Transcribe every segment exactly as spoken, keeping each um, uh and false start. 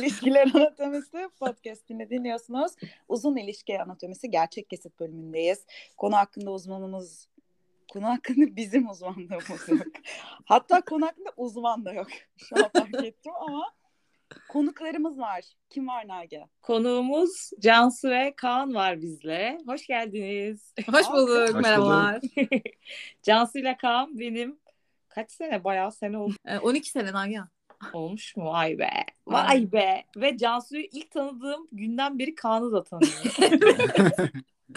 İlişkiler Anatomisi podcast'ini dinliyorsunuz. Uzun ilişki anatomisi gerçek kesit bölümündeyiz. Konu hakkında uzmanımız, konu hakkında bizim uzmanlığımız yok. Hatta konu hakkında uzman da yok. Şu an fark ettim ama konuklarımız var. Kim var Nage? Konuğumuz Cansu ve Kaan var bizle. Hoş geldiniz. Hoş bulduk, Hoş merhabalar. Cansu ile Kaan benim kaç sene, bayağı sene oldu. Ee, on iki sene Nagihan. Olmuş mu? Vay be. Vay be. Ve Cansu'yu ilk tanıdığım günden beri Kaan'ı da tanıyorum.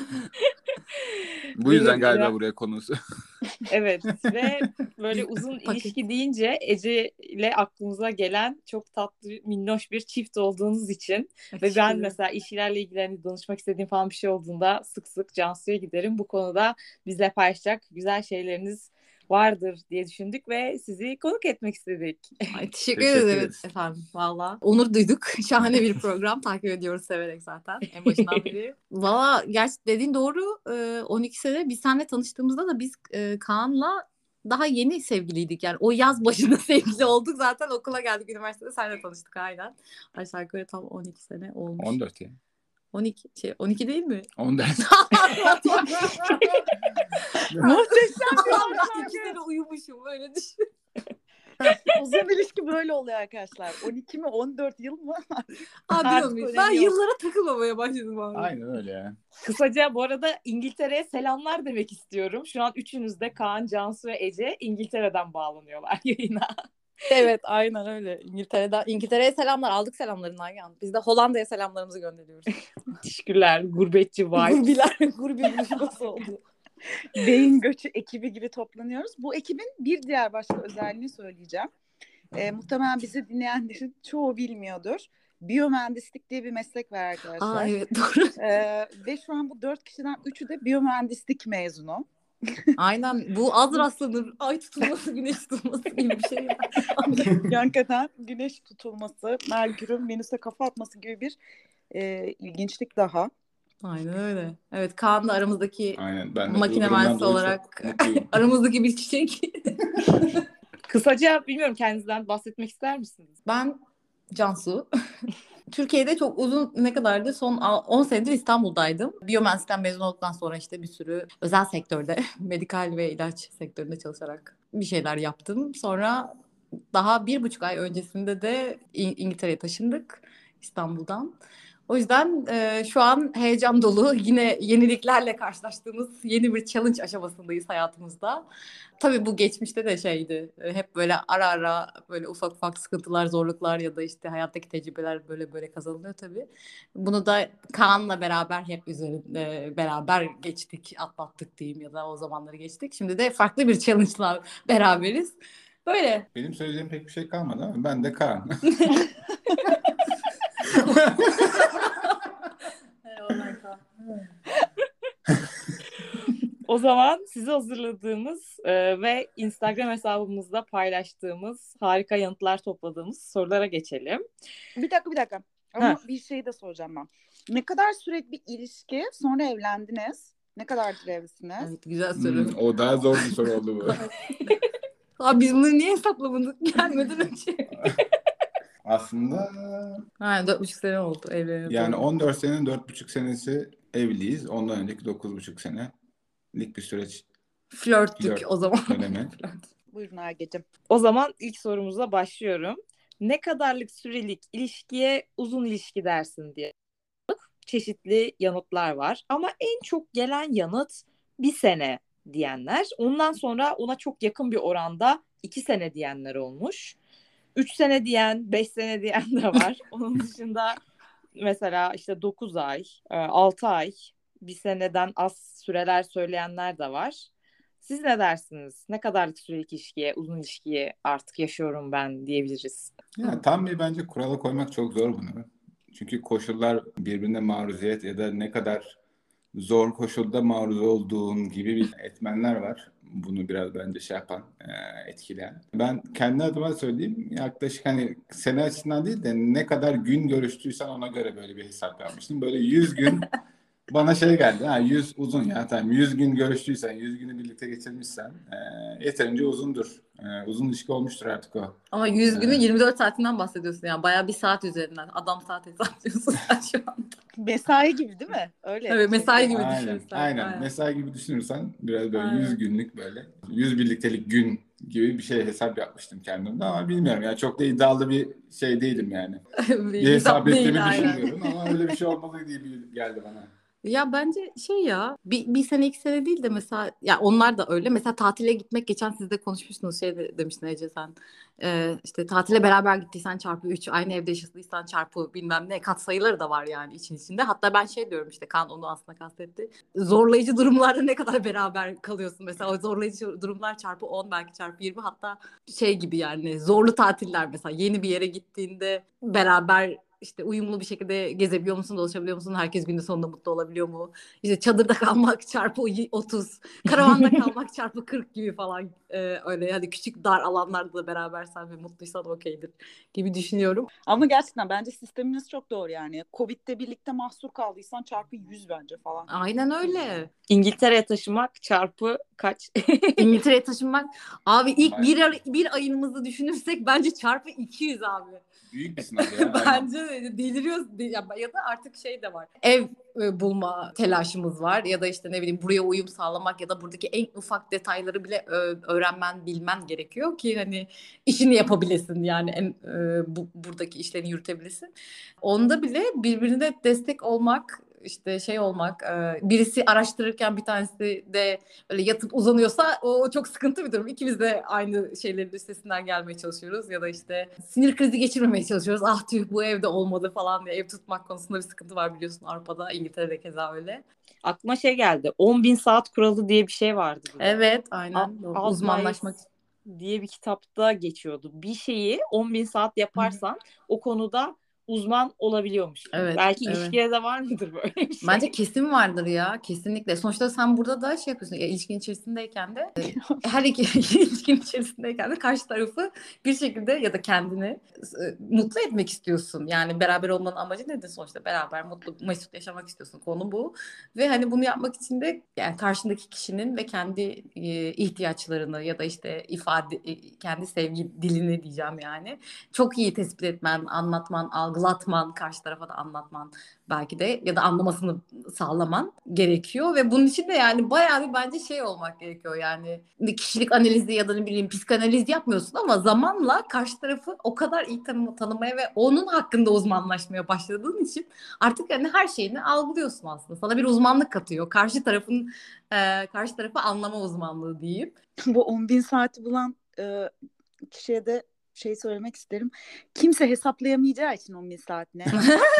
Bu yüzden galiba buraya konusu. Evet ve böyle uzun ilişki deyince Ece ile aklımıza gelen çok tatlı minnoş bir çift olduğunuz için ve ben mesela işlerle ilgili hani danışmak istediğim falan bir şey olduğunda sık sık Cansu'ya giderim. Bu konuda bizle paylaşacak güzel şeyleriniz vardır diye düşündük ve sizi konuk etmek istedik. Ay, teşekkür, Teşekkür ederiz ederiz. efendim. Valla onur duyduk. Şahane bir program. Takip ediyoruz severek zaten en başından beri. Valla gerçi dediğin doğru. Ee, on iki sene biz seninle tanıştığımızda da biz e, Kaan'la daha yeni sevgiliydik. Yani o yaz başında sevgili olduk. Zaten okula geldik, üniversitede seninle tanıştık aynen. Aşağı yukarı tam on iki sene olmuş. on dört ya. on iki şey on iki değil mi? on dört. Muhteşem bir Allah, iki sene uyumuşum öyle düşün. uzun ilişki böyle oluyor arkadaşlar. on iki mi on dört yıl mı? Abi Artık bilmiyorum. Ben önemi yok. yıllara takılmamaya başladım abi. Aynen öyle ya. Kısaca bu arada İngiltere'ye selamlar demek istiyorum. Şu an üçünüz de Kaan, Cansu ve Ece İngiltere'den bağlanıyorlar yayına. Evet aynen öyle. İngiltere'den İngiltere'ye selamlar. Aldık selamları Nagihan. Biz de Hollanda'ya selamlarımızı gönderiyoruz. Teşekkürler. Gurbetçi vibes. Gurbiler, gurbi buluşması oldu. Beyin göçü ekibi gibi toplanıyoruz. Bu ekibin bir diğer başka özelliğini söyleyeceğim. Ee, muhtemelen bizi dinleyenlerin çoğu bilmiyordur. Biyomühendislik diye bir meslek var arkadaşlar. Aa evet doğru. Ee, ve şu an bu dört kişiden üçü de biyomühendislik mezunu. Aynen bu az rastlanır. Ay tutulması, güneş tutulması gibi bir şey. Hakikaten güneş tutulması, Merkür'ün Venüs'e kafa atması gibi bir e, ilginçlik daha. Aynen öyle. Evet Kaan da aramızdaki Aynen. Ben de makine bu durumdan mühendisi dolayı olarak çok mutluyum. aramızdaki bir çiçek. Kısaca bilmiyorum, kendinizden bahsetmek ister misiniz? Ben Cansu. Türkiye'de çok uzun, ne kadardı? Son on senedir İstanbul'daydım. Biyomühendislikten mezun olduktan sonra işte bir sürü özel sektörde, medikal ve ilaç sektöründe çalışarak bir şeyler yaptım. Sonra daha bir buçuk ay öncesinde de İ- İngiltere'ye taşındık İstanbul'dan. O yüzden e, şu an heyecan dolu, yine yeniliklerle karşılaştığımız yeni bir challenge aşamasındayız hayatımızda. Tabii bu geçmişte de şeydi, e, hep böyle ara ara böyle ufak ufak sıkıntılar, zorluklar ya da işte hayattaki tecrübeler böyle böyle kazanılıyor tabii. Bunu da Kaan'la beraber hep üzerinde beraber geçtik, atlattık diyeyim ya da o zamanları geçtik. Şimdi de farklı bir challenge'la beraberiz. Böyle. Benim söyleyeceğim pek bir şey kalmadı ama ben de Kaan. O zaman size hazırladığımız e, ve Instagram hesabımızda paylaştığımız harika yanıtlar topladığımız sorulara geçelim. Bir dakika bir dakika. Ama Ha. bir şey de soracağım ben. Ne kadar sürekli bir ilişki, sonra evlendiniz? Ne kadardır evlisiniz? Evet, güzel soru. Hmm, o daha zor bir soru oldu bu. Abi biz bunları niye hesaplamadık gelmeden önce? Aslında Ha, dört buçuk sene oldu evleneli. yani on dört senenin dört buçuk senesi evliyiz. Ondan önceki dokuz buçuk senelik bir süreç. Flörttük Flört o zaman. dönemi. Buyurun Ergeciğim. O zaman ilk sorumuza başlıyorum. Ne kadarlık sürelik ilişkiye uzun ilişki dersin diye. Çeşitli yanıtlar var ama en çok gelen yanıt bir sene diyenler. Ondan sonra ona çok yakın bir oranda iki sene diyenler olmuş. Üç sene diyen, beş sene diyen de var. Onun dışında mesela işte dokuz ay, altı ay, bir seneden az süreler söyleyenler de var. Siz ne dersiniz? Ne kadarlık sürelik ilişkiye, uzun ilişkiye artık yaşıyorum ben diyebiliriz? Yani tam bir bence kurala koymak çok zor bunu. Çünkü koşullar birbirine maruziyet ya da ne kadar zor koşulda maruz olduğun gibi bir etmenler var. Bunu biraz bence şey yapan, etkileyen. Ben kendi adıma söyleyeyim, yaklaşık hani sene açısından değil de ne kadar gün görüştüysen ona göre böyle bir hesap yapmıştım. Böyle yüz gün bana şey geldi. Ha, yüz uzun ya, tamam. yüz gün görüştüysen, yüz günü birlikte geçirmişsen e, yeterince uzundur Ee, uzun ilişki olmuştur artık o. Ama yüz günün Evet. yirmi dört saatinden bahsediyorsun yani. Bayağı bir saat üzerinden. Adam saat hesaplıyorsun sen şu anda. Mesai gibi değil mi? Öyle. Evet, mesai Çünkü- gibi Aynen, düşünürsen. aynen. Aynen. Mesai gibi düşünürsen biraz böyle Aynen. yüz günlük böyle yüz birliktelik gün gibi bir şey hesap yapmıştım kendimde ama bilmiyorum ya çok da iddialı bir şey değilim yani. bir Bir hesap değil, ettiğimi aynen. düşünmüyorum ama öyle bir şey olmalı diye geldi bana. Ya bence şey ya bir, bir sene iki sene değil de mesela ya onlar da öyle. Mesela tatile gitmek geçen siz de konuşmuştunuz şey de, demiştin Ece sen. Ee, işte tatile beraber gittiysen çarpı üç aynı evde yaşadıysan çarpı bilmem ne katsayıları da var yani için içinde. Hatta ben şey diyorum işte Kaan onu aslında kastetti. Zorlayıcı durumlarda ne kadar beraber kalıyorsun mesela o zorlayıcı durumlar çarpı on belki çarpı yirmi hatta şey gibi yani zorlu tatiller mesela yeni bir yere gittiğinde beraber işte uyumlu bir şekilde gezebiliyor musun, dolaşabiliyor musun? Herkes günün sonunda mutlu olabiliyor mu? İşte çadırda kalmak çarpı otuz, karavanda kalmak çarpı kırk gibi falan ee, öyle hani küçük dar alanlarda da berabersen ve mutluysan okeydir gibi düşünüyorum. Ama gerçekten bence sisteminiz çok doğru yani. Covid'le birlikte mahsur kaldıysan çarpı yüz bence falan. Aynen öyle. İngiltere'ye taşımak çarpı kaç? İngiltere'ye taşınmak abi ilk Vay. bir, ay- bir ayımızı düşünürsek bence çarpı iki yüz abi. Büyük bir sınav ya. Aynen. Bence de deliriyoruz De- ya, ya da artık şey de var. Ev e, bulma telaşımız var ya da işte ne bileyim buraya uyum sağlamak ya da buradaki en ufak detayları bile ö- öğrenmen, bilmen gerekiyor ki hani işini yapabilesin yani en e, bu, buradaki işlerini yürütebilesin. Onda bile birbirine destek olmak işte şey olmak e, birisi araştırırken bir tanesi de öyle yatıp uzanıyorsa o çok sıkıntı bir durum. İkimiz de aynı şeylerin üstesinden gelmeye çalışıyoruz ya da işte sinir krizi geçirmemeye çalışıyoruz. Ah tüh bu evde olmadı falan diye ev tutmak konusunda bir sıkıntı var biliyorsun Avrupa'da, İngiltere'de keza öyle. Aklıma şey geldi. on bin saat kuralı diye bir şey vardı bir de. Evet, aynen. Out- Uzmanlaşmak. Outliers diye bir kitapta geçiyordu. Bir şeyi on bin saat yaparsan o konuda uzman olabiliyormuş. Evet, Belki evet. ilişkide de var mıdır böyle bir şey? Bence kesin vardır ya, kesinlikle. Sonuçta sen burada da şey yapıyorsun, ya, ilişkin içerisindeyken de e, her iki ilişkin içerisindeyken de karşı tarafı bir şekilde ya da kendini e, mutlu etmek istiyorsun. Yani beraber olmanın amacı nedir sonuçta? Beraber mutlu, mesut yaşamak istiyorsun. Konu bu. Ve hani bunu yapmak için de yani karşındaki kişinin ve kendi e, ihtiyaçlarını ya da işte ifade e, kendi sevgi dilini diyeceğim yani. Çok iyi tespit etmen, anlatman, algılatman, karşı tarafa da anlatman belki de ya da anlamasını sağlaman gerekiyor ve bunun için de yani bayağı bir bence şey olmak gerekiyor yani kişilik analizi ya da ne bileyim psikanaliz yapmıyorsun ama zamanla karşı tarafı o kadar iyi tanı- tanımaya ve onun hakkında uzmanlaşmaya başladığın için artık yani her şeyini algılıyorsun aslında. Sana bir uzmanlık katıyor. Karşı tarafın e, karşı tarafı anlama uzmanlığı diyeyim. Bu on bin saati bulan e, kişiye de şey söylemek isterim. Kimse hesaplayamayacağı için on bin saat ne?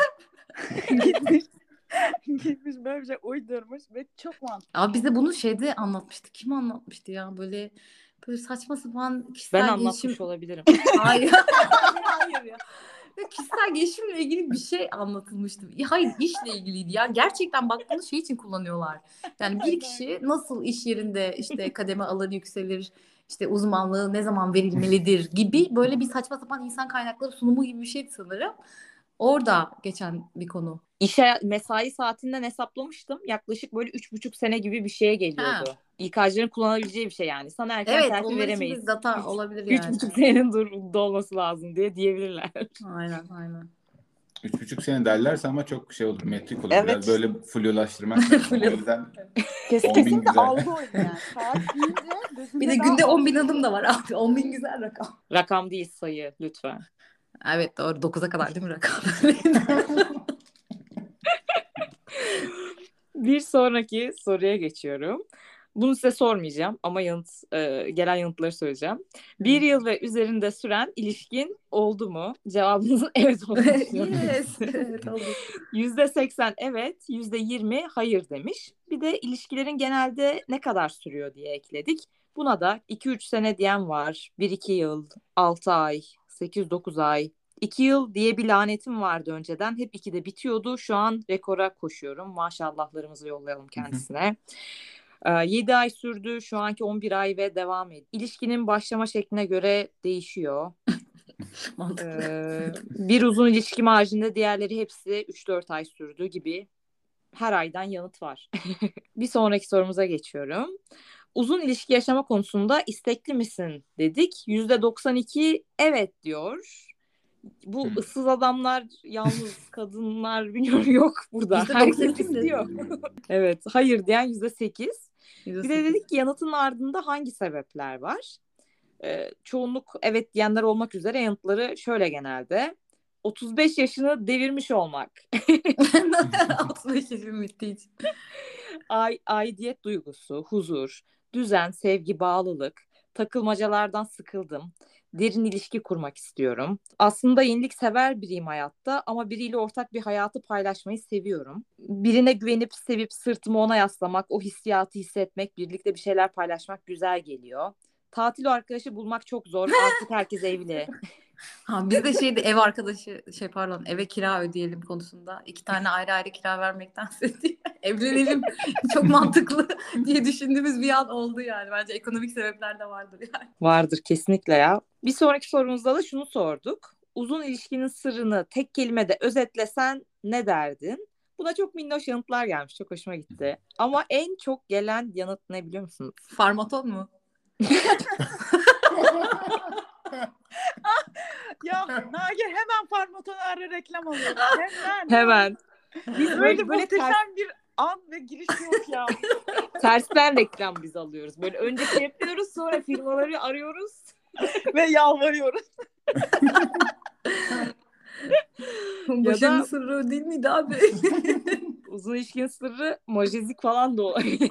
gitmiş, gitmiş böyle bir şey uydurmuş ve çok mantıklı. Abi bize bunu şeyde anlatmıştı. Kim anlatmıştı ya böyle böyle saçma sapan kişisel Ben gelişim. anlatmış olabilirim. Hayır. Hayır ya. Ve kişisel gelişimle ilgili bir şey anlatılmıştı. Ya hayır işle ilgiliydi ya. Gerçekten bak bunu şey için kullanıyorlar. Yani bir kişi nasıl iş yerinde işte kademe alır yükselir işte uzmanlığı ne zaman verilmelidir gibi böyle bir saçma sapan insan kaynakları sunumu gibi bir şeydi sanırım. Orada geçen bir konu. İşe mesai saatinden hesaplamıştım. Yaklaşık böyle üç buçuk sene gibi bir şeye geliyordu. Ha. İK'cıların kullanabileceği bir şey yani. Sana erken Evet terfi onlar için veremeyiz. bir data Üç, olabilir üç yani. buçuk senenin dur- dolması lazım diye diyebilirler. Aynen aynen. Üç buçuk sene derlerse ama çok şey olur, metrik olur. Evet. Biraz böyle flulaştırmak lazım. O yüzden Kes, on bin kesinlikle güzel. algı oyunu yani. Saat deyince gözünde Bir de daha günde on bin algı- adım da var abi. on bin güzel rakam. Rakam değil sayı lütfen. Evet doğru dokuza kadar değil mi rakam? Bir sonraki soruya geçiyorum. Bunu size sormayacağım ama yanıt e, gelen yanıtları söyleyeceğim. Bir yıl ve üzerinde süren ilişkin oldu mu? Cevabınızın evet olduğunu düşünüyorum. Yes. Evet oldu. yüzde seksen evet, yüzde yirmi hayır demiş. Bir de ilişkilerin genelde ne kadar sürüyor diye ekledik. Buna da iki üç sene diyen var. bir iki yıl, altı ay, sekiz dokuz ay. iki yıl diye bir lanetim vardı önceden. Hep ikide bitiyordu. Şu an rekora koşuyorum. Maşallahlarımızı yollayalım kendisine. yedi ay sürdü. Şu anki on bir ay ve devam ediyor. İlişkinin başlama şekline göre değişiyor. Mantıklı. Ee, bir uzun ilişkim haricinde diğerleri hepsi üç dört ay sürdü gibi. Her aydan yanıt var. Bir sonraki sorumuza geçiyorum. Uzun ilişki yaşama konusunda istekli misin dedik. yüzde doksan iki evet diyor. Bu Hmm. ıssız adamlar, yalnız kadınlar bilmiyorum yok burada. yüzde Herkes doksan iki mi istiyor. dedin? Evet, hayır diyen yüzde sekiz. Bir de yüzde sekiz. dedik ki yanıtın ardında hangi sebepler var? Ee, çoğunluk evet diyenler olmak üzere yanıtları şöyle genelde. otuz beş yaşını devirmiş olmak. altmış yaşım bittiği için. Ay, aidiyet duygusu, huzur, düzen, sevgi, bağlılık, takılmacalardan sıkıldım. Derin ilişki kurmak istiyorum. Aslında yenilik sever biriyim hayatta ama biriyle ortak bir hayatı paylaşmayı seviyorum. Birine güvenip sevip sırtımı ona yaslamak, o hissiyatı hissetmek, birlikte bir şeyler paylaşmak güzel geliyor. Tatil arkadaşı bulmak çok zor. Artık herkes evli. Ha, biz de şeydi ev arkadaşı şey pardon eve kira ödeyelim konusunda iki tane ayrı ayrı kira vermektense diye evlenelim çok mantıklı diye düşündüğümüz bir an oldu yani. Bence ekonomik sebepler de vardır yani. Vardır kesinlikle ya. Bir sonraki sorumuzda da şunu sorduk. Uzun ilişkinin sırrını tek kelimede özetlesen ne derdin? Buna çok minnoş yanıtlar gelmiş. Çok hoşuma gitti. Ama en çok gelen yanıt ne biliyor musunuz? Farmaton mu? Ya Nagihan hemen Farmaton'a ara reklam alıyor. Hemen. Hemen. Biz Böyle böyle, böyle ters, muhteşem bir an ve giriş yok ya. tersten reklam biz alıyoruz. Böyle önce şey yapıyoruz sonra firmaları arıyoruz. Ve yalvarıyoruz. Başarının da- sırrı o değil miydi abi? Uzun ilişkinin sırrı mojezik falan da olabilir.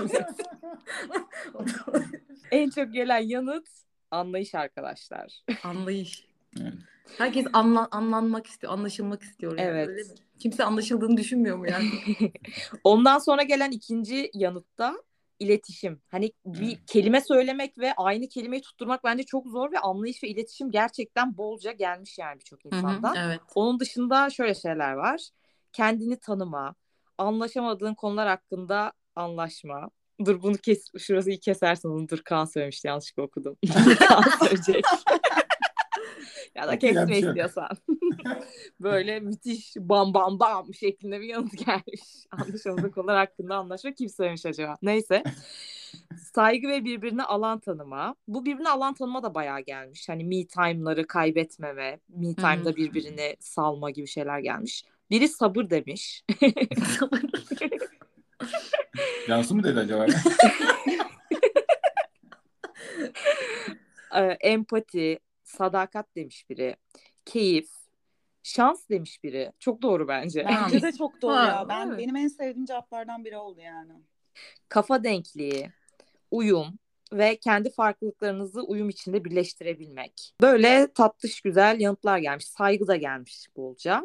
En çok gelen yanıt anlayış arkadaşlar. Anlayış. Evet. Herkes anla, anlanmak istiyor, anlaşılmak istiyor yani. Evet. Öyle mi? Kimse anlaşıldığını düşünmüyor mu yani? Ondan sonra gelen ikinci yanıtta iletişim. Hani bir kelime söylemek ve aynı kelimeyi tutturmak bence çok zor ve anlayış ve iletişim gerçekten bolca gelmiş yani birçok Hı hı, insandan. evet. Onun dışında şöyle şeyler var. Kendini tanıma, anlaşamadığın konular hakkında anlaşma. Dur bunu kes, şurası iyi kesersin onu. Dur Kaan söylemişti yanlışlıkla okudum. Kaan söyleyecek. Ya da Okuyacak kesme bir şey yok. istiyorsan. Böyle müthiş bam bam bam şeklinde bir yanıt gelmiş. Anlaşıldığı konular hakkında anlaşma kim söylemiş acaba? Neyse. Saygı ve birbirine alan tanıma. Bu birbirine alan tanıma da bayağı gelmiş. Hani me time'ları kaybetmeme, me time'da birbirini salma gibi şeyler gelmiş. Biri sabır demiş. Cansu mu dedi acaba? Ee, empati, sadakat demiş biri. Keyif, şans demiş biri. Çok doğru bence. Bence de çok doğru Ha, ya. Ben evet. benim en sevdiğim cevaplardan biri oldu yani. Kafa denkliği, uyum ve kendi farklılıklarınızı uyum içinde birleştirebilmek. Böyle tatlış güzel yanıtlar gelmiş. Saygı da gelmiş bolca.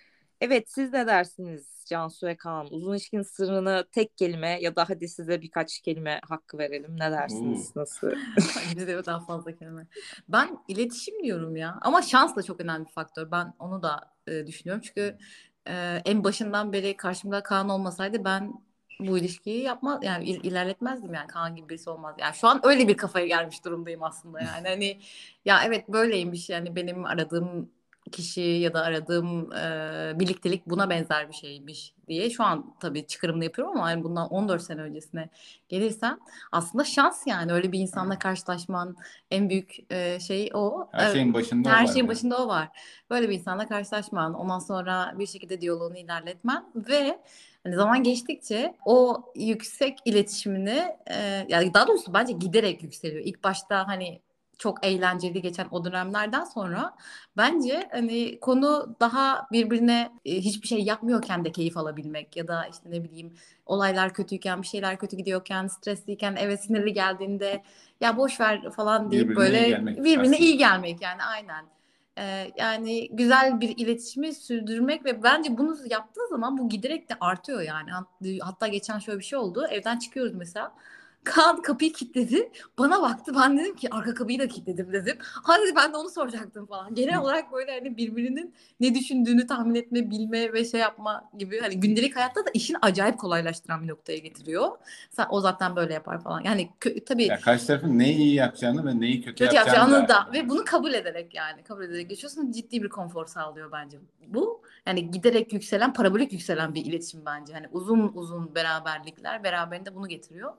Evet siz ne dersiniz Cansu ve Kaan? Uzun ilişkinin sırrını tek kelime ya da hadi size birkaç kelime hakkı verelim. Ne dersiniz? Oo. Nasıl? Bence de daha fazla kelime. Ben iletişim diyorum ya. Ama şans da çok önemli bir faktör. Ben onu da e, düşünüyorum. Çünkü e, en başından beri karşımda Kaan olmasaydı ben bu ilişkiyi yapmaz yani il- ilerletmezdim yani Kaan gibi birisi olmaz. Yani şu an öyle bir kafaya gelmiş durumdayım aslında yani. Hani ya evet böyleymiş yani benim aradığım kişi ya da aradığım e, birliktelik buna benzer bir şeymiş diye şu an tabii çıkarımını yapıyorum ama yani bundan on dört sene öncesine gelirsem aslında şans yani öyle bir insanla karşılaşman en büyük e, şey o. Her şeyin başında o Her var şeyin ya. başında o var. Böyle bir insanla karşılaşman, ondan sonra bir şekilde diyaloğunu ilerletmen ve hani zaman geçtikçe o yüksek iletişimini e, yani daha doğrusu bence giderek yükseliyor. İlk başta hani çok eğlenceli geçen o dönemlerden sonra bence hani konu daha birbirine e, hiçbir şey yapmıyorken de keyif alabilmek ya da işte ne bileyim olaylar kötüyken bir şeyler kötü gidiyorken stresliyken eve sinirli geldiğinde ya boş ver falan deyip Birbirine iyi böyle gelmek birbirine aslında. iyi gelmek yani aynen. Ee, yani güzel bir iletişimi sürdürmek ve bence bunu yaptığı zaman bu giderek de artıyor yani. Hat- Hatta geçen şöyle bir şey oldu. Evden çıkıyoruz mesela. Kaan kapıyı kilitledi. Bana baktı. Ben dedim ki arka kapıyı da kilitledim dedim. Hadi ben de onu soracaktım falan. Genel olarak böyle hani birbirinin ne düşündüğünü tahmin etme, bilme ve şey yapma gibi hani gündelik hayatta da işin acayip kolaylaştıran bir noktaya getiriyor. Sen, o zaten böyle yapar falan. Yani kö- tabii Ya karşı tarafın neyi iyi yapacağını ve neyi kötü, kötü yapacağını, yapacağını da. da ve bunu kabul ederek yani kabul ederek geçiyorsun ciddi bir konfor sağlıyor bence. Bu yani giderek yükselen, parabolik yükselen bir iletişim bence. Hani uzun uzun beraberlikler beraberinde bunu getiriyor.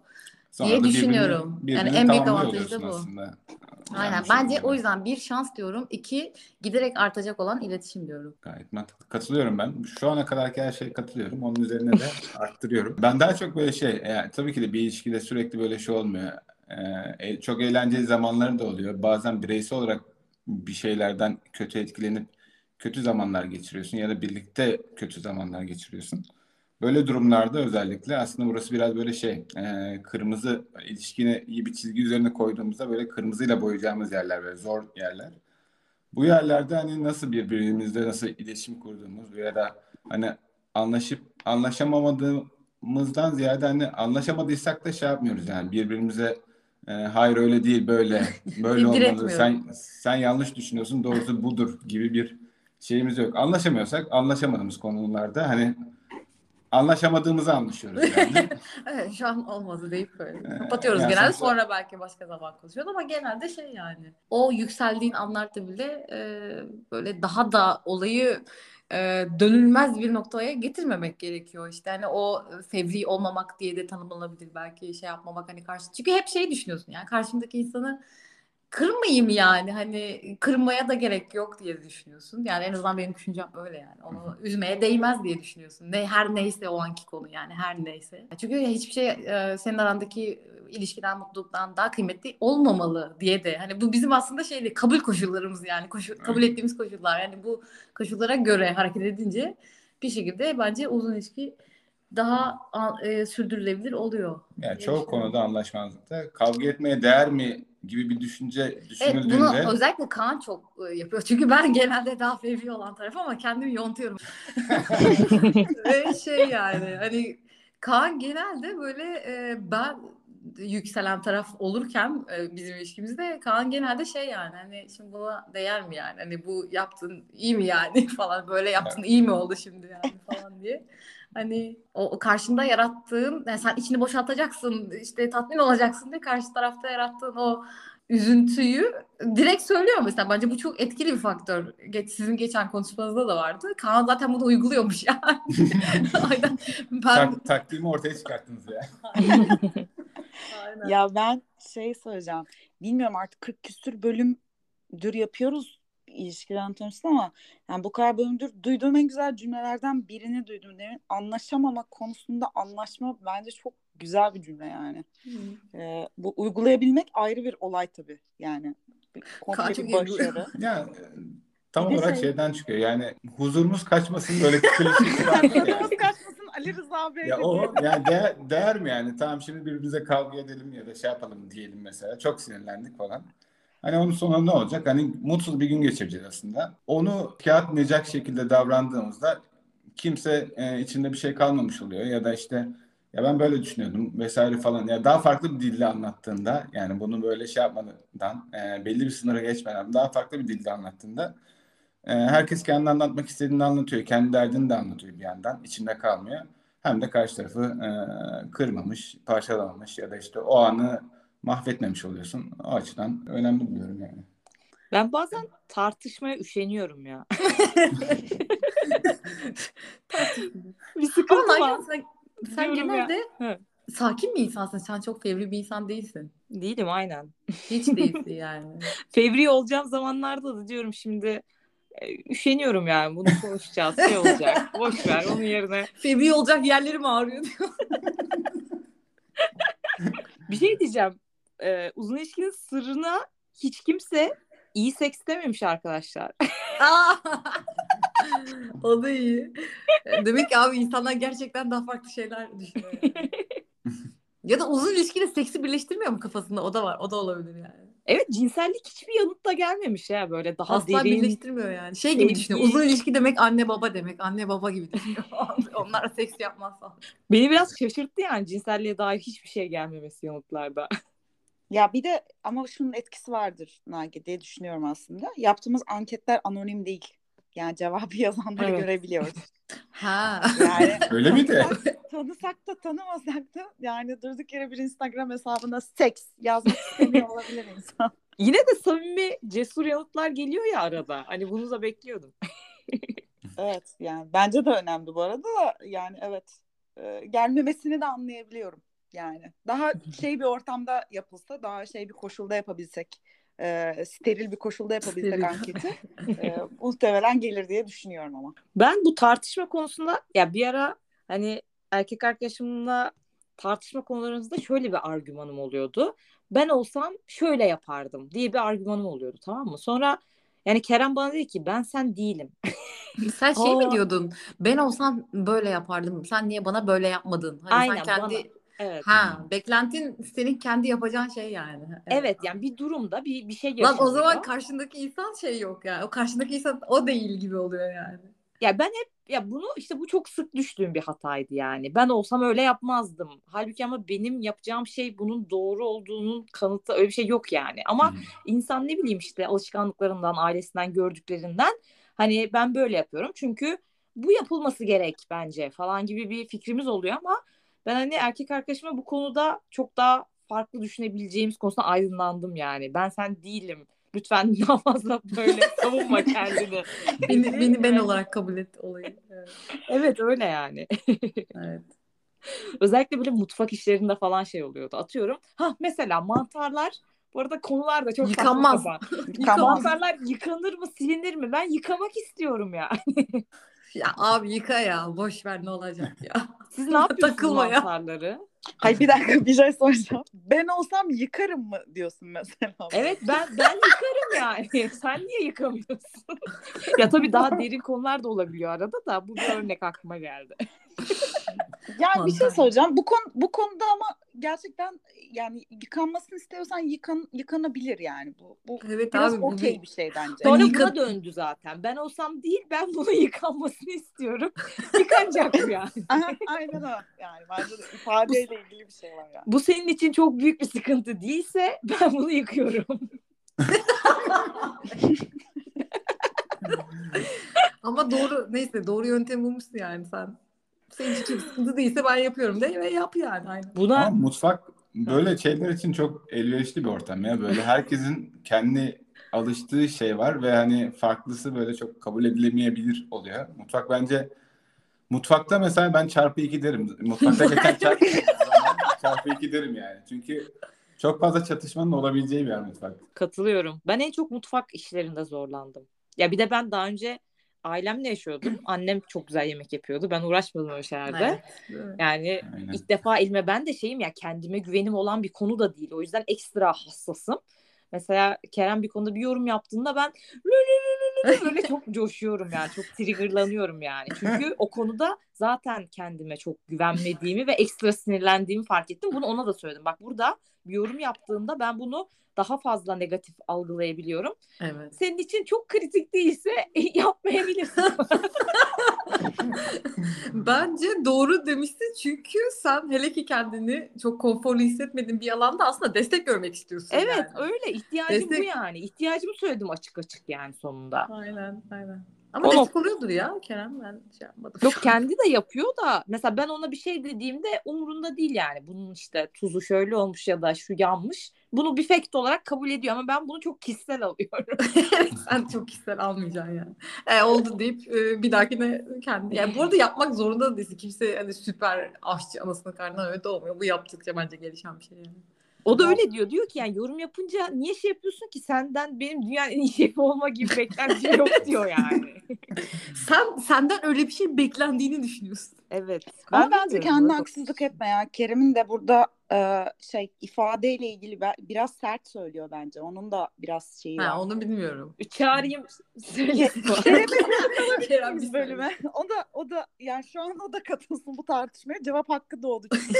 Sonra diye da birbirini, düşünüyorum. Yani birbirini en büyük tamamlıyor avantajı da oluyorsun bu. aslında. Aynen. Yani bu Bence şekilde. o yüzden bir şans diyorum. İki, giderek artacak olan iletişim diyorum. Gayet mantıklı. Katılıyorum ben. Şu ana kadarki her şeye katılıyorum. Onun üzerine de arttırıyorum. Ben daha çok böyle şey, yani tabii ki de bir ilişkide sürekli böyle şey olmuyor. Ee, çok eğlenceli zamanları da oluyor. Bazen bireysel olarak bir şeylerden kötü etkilenip kötü zamanlar geçiriyorsun ya da birlikte kötü zamanlar geçiriyorsun. Böyle durumlarda özellikle aslında burası biraz böyle şey, e, kırmızı ilişkine iyi bir çizgi üzerine koyduğumuzda böyle kırmızıyla boyayacağımız yerler, böyle zor yerler. Bu yerlerde hani nasıl birbirimizle nasıl iletişim kurduğumuz ya da hani anlaşıp anlaşamamadığımızdan ziyade hani anlaşamadıysak da şey yapmıyoruz yani birbirimize e, hayır öyle değil böyle böyle olmalı Diretmiyoruz. sen sen yanlış düşünüyorsun doğrusu budur gibi bir şeyimiz yok. Anlaşamıyorsak anlaşamadığımız konularda hani anlaşamadığımızı anlaşıyoruz yani. Evet, şu an olmadı deyip böyle E, kapatıyoruz yani genelde. sonuçta Sonra belki başka zaman konuşuyoruz ama genelde şey yani. O yükseldiğin anlarda bile e, böyle daha da olayı e, dönülmez bir noktaya getirmemek gerekiyor. İşte hani o fevri olmamak diye de tanımlanabilir belki şey yapmamak hani karşı. Çünkü hep şey düşünüyorsun yani karşımdaki insanı kırmayayım yani hani kırmaya da gerek yok diye düşünüyorsun. Yani en azından benim düşüncem öyle yani. Onu üzmeye değmez diye düşünüyorsun. Ne her neyse o anki konu yani her neyse. Çünkü hiçbir şey e, senin arandaki ilişkiden mutluluktan daha kıymetli olmamalı diye de hani bu bizim aslında şeydi kabul koşullarımız yani koşu, kabul ettiğimiz koşullar. Yani bu koşullara göre hareket edince bir şekilde bence uzun ilişki daha e, sürdürülebilir oluyor yani diye çoğu düşünüyorum. konuda anlaşmazlıkta kavga etmeye değer mi gibi bir düşünce Evet bunu düşünüldüğünde özellikle Kaan çok e, yapıyor. Çünkü ben genelde daha fevri olan taraf ama kendimi yontuyorum. Ve şey yani hani Kaan genelde böyle e, ben yükselen taraf olurken e, bizim ilişkimizde Kaan genelde şey yani hani şimdi buna değer mi yani hani bu yaptın iyi mi yani falan böyle yaptın iyi mi oldu şimdi yani falan diye. Hani o, o karşında yarattığın yani sen içini boşaltacaksın işte tatmin olacaksın diye karşı tarafta yarattığın o üzüntüyü direkt söylüyor mesela. Bence bu çok etkili bir faktör. Geç, sizin geçen konuşmanızda da vardı. Kaan zaten bunu uyguluyormuş yani. Aynen. Ben tak, taktiğimi ortaya çıkarttınız ya. Aynen. Ya ben şey söyleyeceğim. Bilmiyorum artık kırk küsür bölümdür yapıyoruz ilişkiler anatomisi ama yani bu kadar bölümdür duyduğum en güzel cümlelerden birini duydum demin. Anlaşamamak konusunda anlaşma bence çok güzel bir cümle yani. Ee, bu uygulayabilmek ayrı bir olay tabii yani. Bir, Kaan komple çok bir iyi uyguluyor. başarı. Ya e, tam Bir de olarak şey şeyden çıkıyor. Yani huzurumuz kaçmasın böyle klişesi vardır ya. tadımız kaçmasın Ali Rıza Bey Ya dedi. o yani değer, değer mi yani? Tamam şimdi birbirimize kavga edelim ya da şey yapalım diyelim mesela. Çok sinirlendik falan. Hani onun sonunda ne olacak? Hani mutsuz bir gün geçireceğiz aslında. Onu kağıtmayacak şekilde davrandığımızda kimse e, içinde bir şey kalmamış oluyor ya da işte ya ben böyle düşünüyordum vesaire falan. Ya daha farklı bir dille anlattığında yani bunu böyle şey yapmadan e, belli bir sınırı geçmeden daha farklı bir dilde anlattığında e, herkes kendi anlatmak istediğini anlatıyor. Kendi derdini de anlatıyor bir yandan. İçinde kalmıyor. Hem de karşı tarafı e, kırmamış, parçalamamış ya da işte o anı mahvetmemiş oluyorsun. O açıdan önemli buluyorum yani. Ben bazen tartışmaya üşeniyorum ya. Bir Ama sıkıntı var Nagihan sen, sen diyorum ya. genelde Hı. sakin bir insansın. Sen çok fevri bir insan değilsin. Değilim aynen. Hiç değilsin yani. Fevri olacağım zamanlarda da diyorum şimdi e, üşeniyorum yani bunu konuşacağız şey olacak. Boş ver onun yerine. Fevri olacak yerlerim ağrıyor diyor. Bir şey diyeceğim. Ee, uzun ilişkinin sırrına hiç kimse iyi seks dememiş arkadaşlar. Aa! O da iyi. Demek ki abi insanlar gerçekten daha farklı şeyler düşünüyor yani. Ya da uzun ilişkiyle seksi birleştirmiyor mu kafasında? O da var. O da olabilir yani. Evet cinsellik hiçbir yanıtta gelmemiş ya böyle daha Asla derin birleştirmiyor yani. Şey gibi düşünüyor. sevgi. Uzun ilişki demek anne baba demek. Anne baba gibi düşünüyor. Onlar seks yapmaz falan. Beni biraz şaşırttı yani cinselliğe dair hiçbir şey gelmemesi yanıtlarda. Ya bir de ama şunun etkisi vardır Nagi diye düşünüyorum aslında. Yaptığımız anketler anonim değil. Yani cevabı yazanları Evet. görebiliyoruz. Ha. Yani Öyle miydi? tanısak, tanısak da tanımasak da yani durduk yere bir Instagram hesabına seks yazmak istemiyor olabilir insan. Yine de samimi cesur yanıtlar geliyor ya arada. Hani bunu da bekliyordum. Evet yani bence de önemli bu arada da yani evet e, gelmemesini de anlayabiliyorum. Yani daha şey bir ortamda yapılsa, daha şey bir koşulda yapabilsek, e, steril bir koşulda yapabilsek Steril. anketi e, muhtemelen gelir diye düşünüyorum ama. Ben bu tartışma konusunda ya bir ara hani erkek arkadaşımla tartışma konularımızda şöyle bir argümanım oluyordu. Ben olsam şöyle yapardım diye bir argümanım oluyordu, tamam mı? Sonra yani Kerem bana dedi ki ben sen değilim. Sen şey mi Aa, diyordun? Ben olsam böyle yapardım. Sen niye bana böyle yapmadın? Hani sen aynen kendi bana. Evet. ha beklentin senin kendi yapacağın şey yani. Evet. Evet yani bir durumda bir bir şey Lan yaşanıyor. o zaman karşındaki insan şey yok yani. O karşındaki insan o değil gibi oluyor yani. Ya ben hep ya bunu işte bu çok sık düştüğüm bir hataydı yani. Ben olsam öyle yapmazdım. Halbuki ama benim yapacağım şey bunun doğru olduğunun kanıtı, öyle bir şey yok yani. Ama insan ne bileyim işte alışkanlıklarından, ailesinden, gördüklerinden hani ben böyle yapıyorum. Çünkü bu yapılması gerek bence falan gibi bir fikrimiz oluyor ama ben hani erkek arkadaşıma bu konuda çok daha farklı düşünebileceğimiz konusunda aydınlandım yani. Ben sen değilim. Lütfen daha fazla böyle savunma kendini. Beni, beni ben olarak kabul et olayı. Evet. Evet öyle yani. Evet. Özellikle böyle mutfak işlerinde falan şey oluyordu. Atıyorum. Ha mesela mantarlar, bu arada konular da çok Yıkanmaz. saçma sapan. Yıkamaz. Mantarlar yıkanır mı, silinir mi? Ben yıkamak istiyorum ya. Ya abi yıka ya. Boş ver ne olacak ya. Siz ne yapıyorsunuz Takılma ya. mantarları? Hayır bir dakika bir şey soracağım. Ben olsam yıkarım mı diyorsun mesela? Evet ben ben yıkarım yani. Sen niye yıkamıyorsun? Ya tabii daha derin konular da olabiliyor arada da bu bir örnek aklıma geldi. Yani bir şey Mantar. soracağım. Bu konu bu konuda ama gerçekten yani yıkanmasını istiyorsan yıkan yıkanabilir yani bu. Bu Evet biraz abi bu okey bir bir şey bence. Hani Sonra yıka- buna döndü zaten. Ben olsam değil, ben bunun yıkanmasını istiyorum. Yıkanacak bu yani. Aha, aynen o. Yani bence de ifadeyle ilgili bir şey var yani. Bu senin için çok büyük bir sıkıntı değilse ben bunu yıkıyorum. ama doğru neyse doğru yöntem bulmuşsun yani sen. Senin için çok sıkıntı değilse ben yapıyorum de ve yap yani. Aynen. Buna Ama mutfak böyle şeyler için çok elverişli bir ortam ya. Böyle herkesin kendi alıştığı şey var ve hani farklısı böyle çok kabul edilemeyebilir oluyor. Mutfak bence mutfakta mesela ben çarpı iki derim. Mutfakta geçen çarpı, çarpı iki derim yani. Çünkü çok fazla çatışmanın olabileceği bir yer mutfak. katılıyorum. Ben en çok mutfak işlerinde zorlandım. Ya bir de ben daha önce ailemle yaşıyordum. Annem çok güzel yemek yapıyordu. Ben uğraşmadım öyle şeylerde. Evet. Değil mi? Yani Aynen. ilk defa elime ben de şeyim ya kendime güvenim olan bir konu da değil. O yüzden ekstra hassasım. Mesela Kerem bir konuda bir yorum yaptığında ben böyle çok coşuyorum yani. Çok triggerlanıyorum yani. Çünkü o konuda zaten kendime çok güvenmediğimi ve ekstra sinirlendiğimi fark ettim. Bunu ona da söyledim. Bak burada bir yorum yaptığında ben bunu daha fazla negatif algılayabiliyorum. Evet. Senin için çok kritik değilse yapmayabilirsin. Bence doğru demişsin çünkü sen hele ki kendini çok konforlu hissetmediğin bir alanda aslında destek görmek istiyorsun Evet yani. öyle ihtiyacım bu Destek- yani. İhtiyacımı söyledim açık açık yani sonunda. Aynen aynen. Ama O destek oluyordur ya Kerem ben şey yapmadım. Yok kendi de yapıyor da mesela ben ona bir şey dediğimde umurunda değil yani. Bunun işte tuzu şöyle olmuş ya da şu yanmış. Bunu bir fact olarak kabul ediyor ama ben bunu çok kişisel alıyorum. Sen çok kişisel almayacaksın yani. E, oldu deyip e, bir dahakine kendi. Yani bu arada yapmak zorunda da değilsin. Kimse hani süper aşçı anasını karnına öyle de olmuyor. Bu yaptıkça bence gelişen bir şey yani. O da öyle diyor. Diyor ki yani yorum yapınca niye şey yapıyorsun ki senden benim dünyanın en iyi şefi olma gibi beklentim yok diyor yani. Sen senden öyle bir şey beklendiğini düşünüyorsun. Evet. Ama bence bilmiyorum, kendine böyle haksızlık etme ya. Kerem'in de burada e, şey ifadeyle ilgili be- biraz sert söylüyor bence. Onun da biraz şeyi var. Ha onu bilmiyorum. Çağırayım söylesin. Kerem'e Kerem biz bir bölüme. O da o da yani şu an o da katılsın bu tartışmaya. Cevap hakkı doğdu çünkü.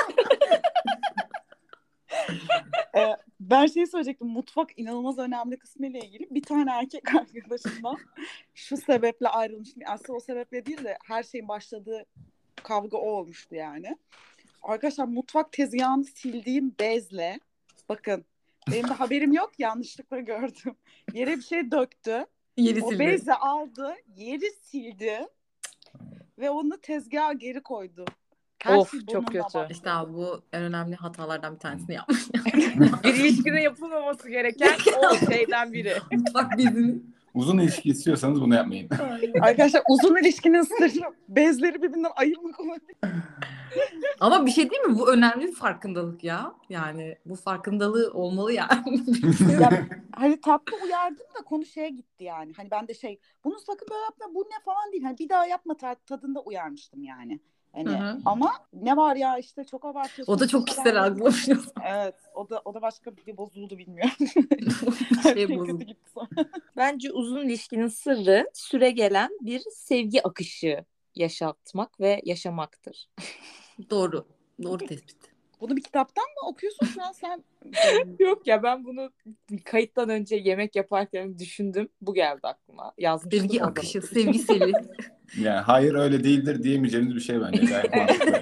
Ee, ben şey söyleyecektim. Mutfak inanılmaz önemli kısmı ile ilgili. Bir tane erkek arkadaşımdan şu sebeple ayrılmıştım. Aslında o sebeple değil de her şeyin başladığı kavga o olmuştu yani. Arkadaşlar mutfak tezgahını sildiğim bezle bakın benim de haberim yok yanlışlıkla gördüm. Yere bir şey döktü. Yeri O sildi. bezle aldı, yeri sildi ve onu tezgaha geri koydu. Her Of, şey çok bununla kötü. başladı. İşte abi bu en önemli hatalardan bir tanesini yapmış. Bir ilişkide yapılmaması gereken o şeyden biri. Mutfak bezini. Uzun ilişki istiyorsanız bunu yapmayın. Arkadaşlar uzun ilişkinin sırrı bezleri birbirinden ayırmak olabilir. Ama bir şey değil mi? Bu önemli bir farkındalık ya. Yani bu farkındalığı olmalı yani. Ya, hani tatlı uyardım da konu şeye gitti yani. Hani ben de şey bunu sakın böyle yapma bu ne falan değil. Hani bir daha yapma tadında uyarmıştım yani. Hani Hı hı. ama ne var ya işte çok abartıyorsun. O da çok kişisel algılamış. Evet o da o da başka bir bozuldu bilmiyorum. Şey Şey bozuldu. kötü gitti sonra. Bence uzun ilişkinin sırrı süre gelen bir sevgi akışı yaşatmak ve yaşamaktır. Doğru. Doğru tespit. Bunu bir kitaptan mı okuyorsun şu an sen? Yok ya, ben bunu kayıttan önce yemek yaparken düşündüm. Bu geldi aklıma. Yazmıştım. Sevgi oradan akışı, okudum. sevgi seli. Yani hayır öyle değildir diyemeyeceğimiz bir şey bence. Gayet mantıklı.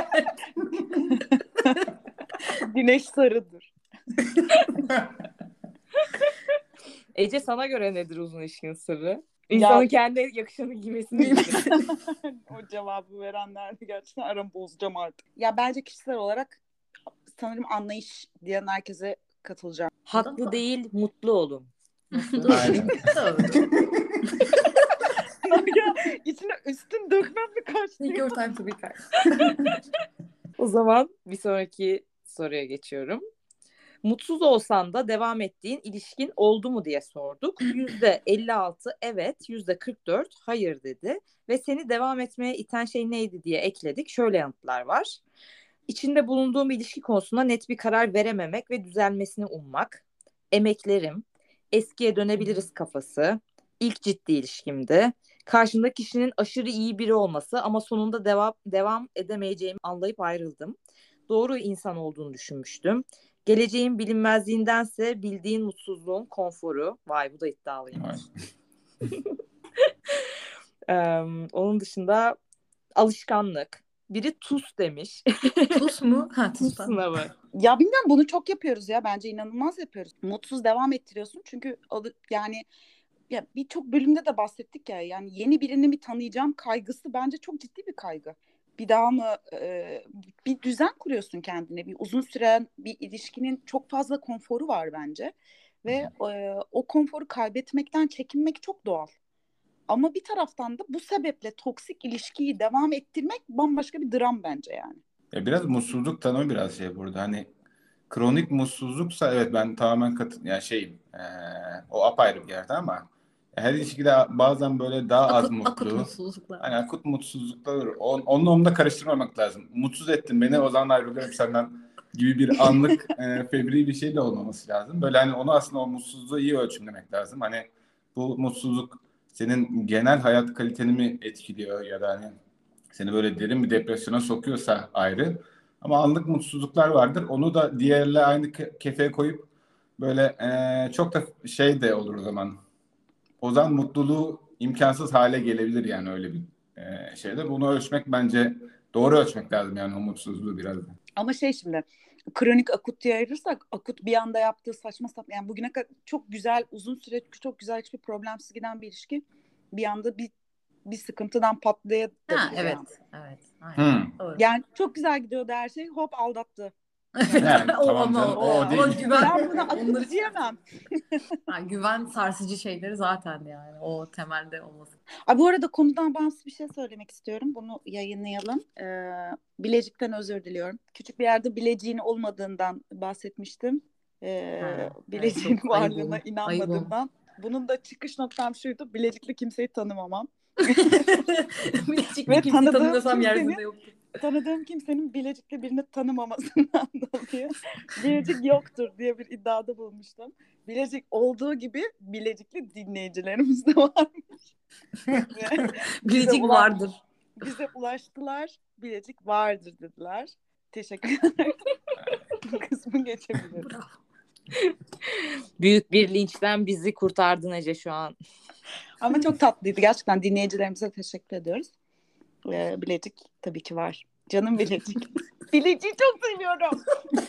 Güneş sarıdır. Ece, sana göre nedir uzun ilişkinin sırrı? İnsanın Ya- kendine yakışanı giymesini bilmek. O cevabı verenlerle gerçekten aramı bozacağım artık. Ya bence kişisel olarak sanırım anlayış diyen herkese katılacağım. Haklı değil, mutlu olun. Nasıl? Aynen. Doğru. Ya içine üstün dökmem mi kaçtı? Take your time to be kind. O zaman bir sonraki soruya geçiyorum. Mutsuz olsan da devam ettiğin ilişkin oldu mu diye sorduk. yüzde elli altı evet, yüzde kırk dört hayır dedi. Ve seni devam etmeye iten şey neydi diye ekledik. Şöyle yanıtlar var. İçinde bulunduğum ilişki konusunda net bir karar verememek ve düzelmesini ummak. Emeklerim, eskiye dönebiliriz kafası, ilk ciddi ilişkimdi. Karşımdaki kişinin aşırı iyi biri olması ama sonunda devam, devam edemeyeceğimi anlayıp ayrıldım. Doğru insan olduğunu düşünmüştüm. Geleceğin bilinmezliğindense bildiğin mutsuzluğun konforu. Vay, bu da iddialıymış. Ee, onun dışında alışkanlık. Biri tuz demiş. Tuz mu? Ha, Tuz tuz. sınavı. Ya bilmiyorum bunu çok yapıyoruz ya. Bence inanılmaz yapıyoruz. Mutsuz devam ettiriyorsun. Çünkü alı- yani ya birçok bölümde de bahsettik ya. Yani yeni birini mi tanıyacağım kaygısı bence çok ciddi bir kaygı. Bir daha mı e, bir düzen kuruyorsun kendine. Bir uzun süren bir ilişkinin çok fazla konforu var bence. Ve e, o konforu kaybetmekten çekinmek çok doğal. Ama bir taraftan da bu sebeple toksik ilişkiyi devam ettirmek bambaşka bir dram bence yani. Ya biraz mutsuzluk tanımı biraz şey burada. Hani kronik mutsuzluksa evet ben tamamen katı yani şeyim. Ee, o apayrı bir yerde ama her ilişkide bazen böyle daha az Akut, akut mutlu. mutsuzluklar. Hani akut mutsuzluklar olur. On, onu onunla karıştırmamak lazım. Mutsuz ettin beni o zaman ayrılıyorum senden gibi bir anlık e, fevri bir şey de olmaması lazım. Böyle hani onu aslında o mutsuzluğu iyi ölçümlemek lazım. Hani bu mutsuzluk senin genel hayat kaliteni mi etkiliyor ya da hani seni böyle derin bir depresyona sokuyorsa ayrı. Ama anlık mutsuzluklar vardır. Onu da diğerle aynı ke- kefeye koyup böyle e, çok da şey de olur o zaman. O zaman mutluluğu imkansız hale gelebilir yani öyle bir e, şeyde. Bunu ölçmek bence doğru ölçmek lazım yani o mutsuzluğu biraz da. Ama şey şimdi kronik akut diye ayırırsak akut bir anda yaptığı saçma sapan yani bugüne kadar çok güzel uzun süre çok güzel hiçbir problemsiz giden bir ilişki bir anda bir bir sıkıntıdan patlayabilir Ha, evet. yani. Evet. Aynen. Hmm. Doğru. Yani çok güzel gidiyordu her şey hop aldattı. Evet. Yani o, tamam ama canım, o, o ama değil. güven, Ben buna onları akut diyemem. Ha, güven sarsıcı şeyleri zaten yani o temelde olması. Ay, bu arada konudan bağımsız bir şey söylemek istiyorum. Bunu yayınlayalım. Ee, Bilecik'ten özür diliyorum. Küçük bir yerde bileciğin olmadığından bahsetmiştim. Ee, Ha, evet, bileciğin çok ayıp varlığına olmuş. Ayıp inanmadığımdan. Bunun da çıkış noktam şuydu. Bilecik'le kimseyi tanımamam. Bilecik'te Ve kimseyi tanıdığım tanımıyorsam kimsenin yeryüzünde yoktu. tanıdığım kimsenin Bilecik'le birini tanımamasından dolayı Bilecik yoktur diye bir iddiada bulmuştum. Bilecik olduğu gibi Bilecikli dinleyicilerimiz de varmış. Ve Bilecik ula- vardır. bize ulaştılar. Bilecik vardır dediler. Teşekkür ederim. Bu kısmı geçebiliriz. Bravo. Büyük bir linçten bizi kurtardın Ece şu an. Ama çok tatlıydı. Gerçekten dinleyicilerimize teşekkür ediyoruz. Ee, Bilecik tabii ki var. Canım Bilecik. Bilecik'i çok seviyorum.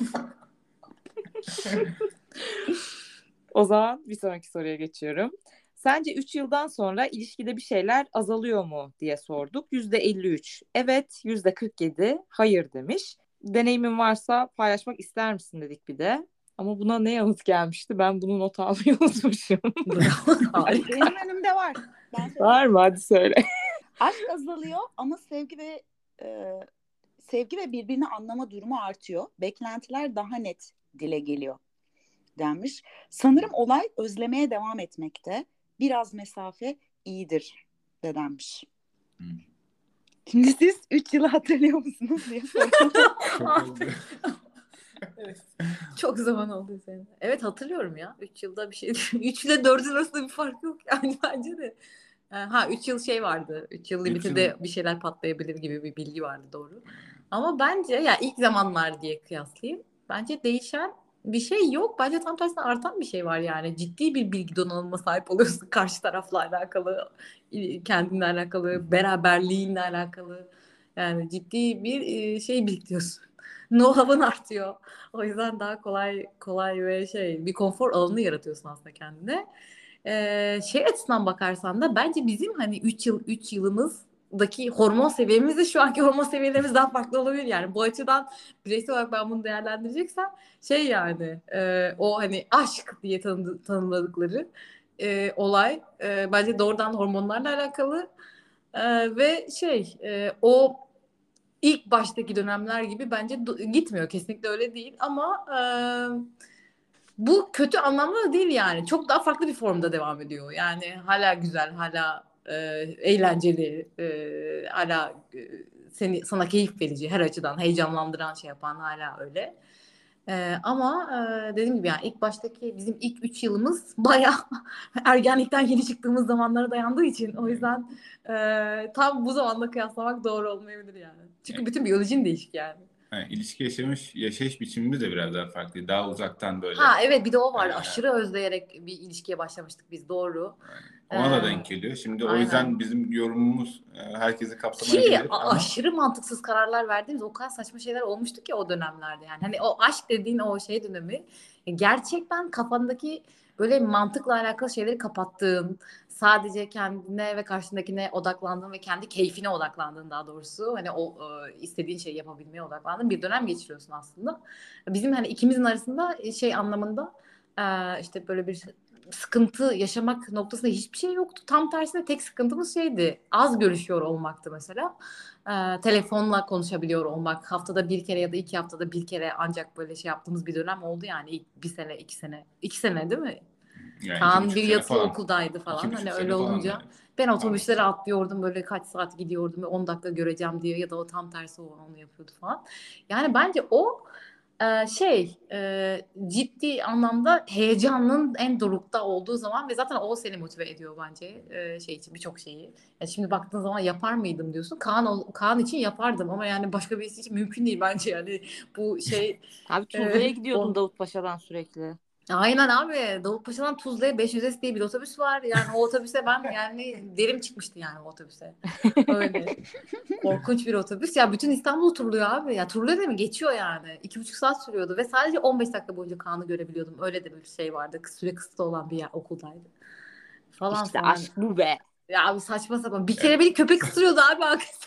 O zaman bir sonraki soruya geçiyorum. Sence üç yıldan sonra ilişkide bir şeyler azalıyor mu diye sorduk. yüzde elli üç evet, yüzde kırk yedi hayır demiş. Deneyimin varsa paylaşmak ister misin dedik bir de. Ama buna ne yanıt gelmişti? Ben bunu not almayı unutmuşum. Harika. Benim önümde var. Ben söyleyeyim. Var mı? Hadi söyle. Aşk azalıyor ama sevgi ve e, sevgi ve birbirini anlama durumu artıyor. Beklentiler daha net dile geliyor denmiş. Sanırım olay özlemeye devam etmekte. Biraz mesafe iyidir de denmiş. Hmm. Şimdi siz üç yılı hatırlıyor musunuz diye soruyorum. Çok oldu. Evet. Çok zaman oldu senin. Evet hatırlıyorum ya. üç yılda bir şey. üç ile dördün arasında bir fark yok yani bence de. Ha üç yıl şey vardı. üç yıl Üç limitinde yıl- bir şeyler patlayabilir gibi bir bilgi vardı doğru. Ama bence ya ilk zamanlar diye kıyaslayayım. Bence değişen bir şey yok. Bence tam tersine artan bir şey var yani. Ciddi bir bilgi donanımına sahip oluyorsun karşı tarafla alakalı, kendinle alakalı, beraberliğinle alakalı. Yani ciddi bir e, şey biriktiriyorsun. Know-how'ın artıyor. O yüzden daha kolay kolay ve şey bir konfor alanı yaratıyorsun aslında kendine. Ee, şey açısından bakarsan da bence bizim hani üç yıl üç yılımızdaki hormon seviyemizle şu anki hormon seviyelerimiz daha farklı olabilir yani. Bu açıdan bireysel olarak ben bunu değerlendireceksem şey yani e, o hani aşk diye tanı, tanımladıkları e, olay e, bence doğrudan hormonlarla alakalı e, ve şey e, o İlk baştaki dönemler gibi bence do- gitmiyor. Kesinlikle öyle değil ama e, bu kötü anlamda da değil yani. Çok daha farklı bir formda devam ediyor. Yani hala güzel, hala e, eğlenceli, e, hala e, seni sana keyif verici, her açıdan heyecanlandıran şey yapan hala öyle. E, ama e, dediğim gibi yani ilk baştaki bizim ilk üç yılımız bayağı ergenlikten yeni çıktığımız zamanlara dayandığı için o yüzden e, tam bu zamanla kıyaslamak doğru olmayabilir yani. Çünkü bütün biyolojin değişik yani. Yani ilişki yaşamış, yaşayış biçimimiz de biraz daha farklı. Daha uzaktan böyle. Ha evet bir de o var. Ee, Aşırı özleyerek bir ilişkiye başlamıştık biz doğru. Ona da Ee, denk geliyor. Şimdi o aynen. yüzden bizim yorumumuz e, herkesi Ki kapsamayabilir a- ama aşırı mantıksız kararlar verdiğimiz o kadar saçma şeyler olmuştu ki o dönemlerde yani. Hani o aşk dediğin o şey dönemi e, gerçekten kafandaki böyle mantıkla alakalı şeyleri kapattığın, sadece kendine ve karşındakine odaklandığın ve kendi keyfine odaklandığın daha doğrusu hani o e, istediğin şeyi yapabilmeye odaklandığın bir dönem geçiriyorsun aslında. Bizim hani ikimizin arasında şey anlamında e, işte böyle bir sıkıntı yaşamak noktasında hiçbir şey yoktu. Tam tersine tek sıkıntımız şeydi. Az görüşüyor olmaktı mesela. Ee, telefonla konuşabiliyor olmak. Haftada bir kere ya da iki haftada bir kere ancak böyle şey yaptığımız bir dönem oldu yani. İlk bir sene, iki sene. iki sene değil mi? yani iki Kaan buçuk bir sene yatılı falan. okuldaydı İki falan. buçuk Hani sene öyle falan olunca yani. ben otobüslere atlıyordum böyle kaç saat gidiyordum ve on dakika göreceğim diye ya da o tam tersi o onu yapıyordu falan. Yani bence o e, şey e, ciddi anlamda heyecanın en dorukta olduğu zaman ve zaten o seni motive ediyor bence e, şey için birçok şeyi. Ya şimdi baktığın zaman yapar mıydım diyorsun. Kaan ol- Kaan için yapardım ama yani başka birisi için mümkün değil bence yani bu şey Abi Tuzla'ya e, gidiyordun o Davutpaşa'dan sürekli. aynen abi. Davutpaşa'dan Tuzla'ya beş yüz S diye bir otobüs var. Yani o otobüse ben yani derim çıkmıştı yani o otobüse. Öyle. Korkunç bir otobüs. Ya bütün İstanbul turluyor abi. Ya turluyor değil mi? Geçiyor yani. İki buçuk saat sürüyordu ve sadece on beş dakika boyunca Kaan'ı görebiliyordum. Öyle de bir şey vardı. Süre kısıtlı olan bir yer, okuldaydı. Falan İşte falan. aşk bu be. Ya abi saçma sapan. Bir Evet. kere beni köpek ısırıyordu abi.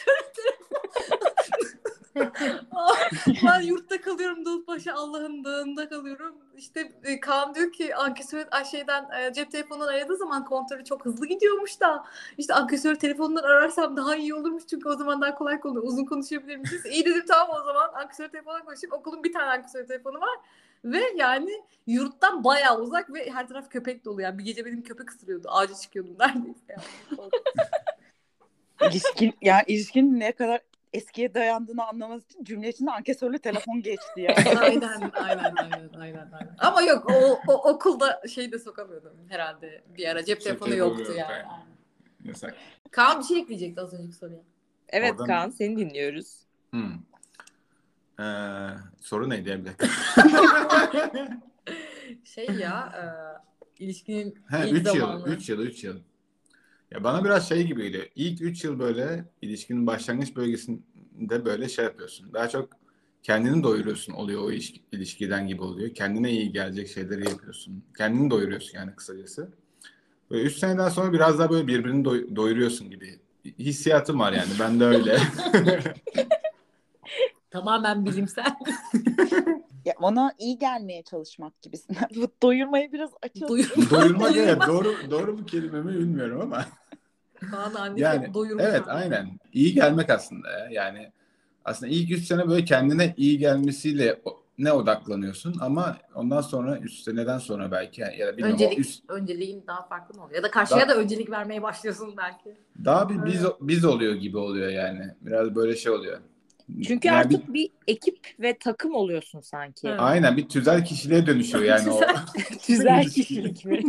Ben yurtta kalıyorum Davutpaşa Allah'ın dağında kalıyorum. İşte e, Kaan diyor ki ankesör şeyden e, cep telefonundan aradığı zaman kontörü çok hızlı gidiyormuş da işte ankesör telefonundan ararsam daha iyi olurmuş çünkü o zaman daha kolay konu uzun konuşabilirmişiz. İyi dedim tamam o zaman ankesör telefonuna konuşayım. Okulun bir tane ankesör telefonu var ve yani yurttan bayağı uzak ve her taraf köpek dolu yani bir gece benim köpek ısırıyordu ağaca çıkıyordum neredeyse yani. İlişkin, yani ilişkinin ne kadar eskiye dayandığını anlaması için cümle içinde ankesörlü telefon geçti ya. Aynen, aynen, aynen, aynen, aynen. Ama yok o, o okulda şey de sokamıyordum herhalde bir ara cep Cep telefonu telefonu yoktu yok, yani. aynen. Yasak. Kaan bir şey ekleyecekti az önceki soruya. Evet Oradan- Kaan seni dinliyoruz. Hmm. Ee, soru neydi ya bir dakika? Şey ya e, ilişkinin He, ilk üç yıl, zamanı. üç yıl, üç yıl. Ya bana biraz şey gibi geliyor. İlk üç yıl böyle ilişkinin başlangıç bölgesinde böyle şey yapıyorsun. Daha çok kendini doyuruyorsun oluyor o ilişki, ilişkiden gibi oluyor. Kendine iyi gelecek şeyleri yapıyorsun. Kendini doyuruyorsun yani kısacası. Böyle üç seneden sonra biraz daha böyle birbirini doy- doyuruyorsun gibi. Hissiyatım var yani. Ben de öyle. Tamamen bilimsel. Ya ona iyi gelmeye çalışmak gibisinden. Bu doyurmayı biraz açalım. Duyur- Doyurmak evet doğru doğru mu kelime mi bilmiyorum ama Kaan annesi yani hep doyurmuş evet abi. aynen iyi gelmek aslında ya. Yani aslında ilk üç sene böyle kendine iyi gelmesiyle o- ne odaklanıyorsun ama ondan sonra üst seneden sonra belki yani ya da bilmiyorum o Öncelik, üst önceliğin daha farklı mı oluyor? Ya da karşıya daha, da öncelik vermeye başlıyorsun belki. daha bir biz Evet. biz oluyor gibi oluyor yani. Biraz böyle şey oluyor. Çünkü Yani bir, artık bir ekip ve takım oluyorsun sanki. Evet. aynen bir tüzel kişiliğe dönüşüyor yani o. Güzel ilişki. kişilik mi?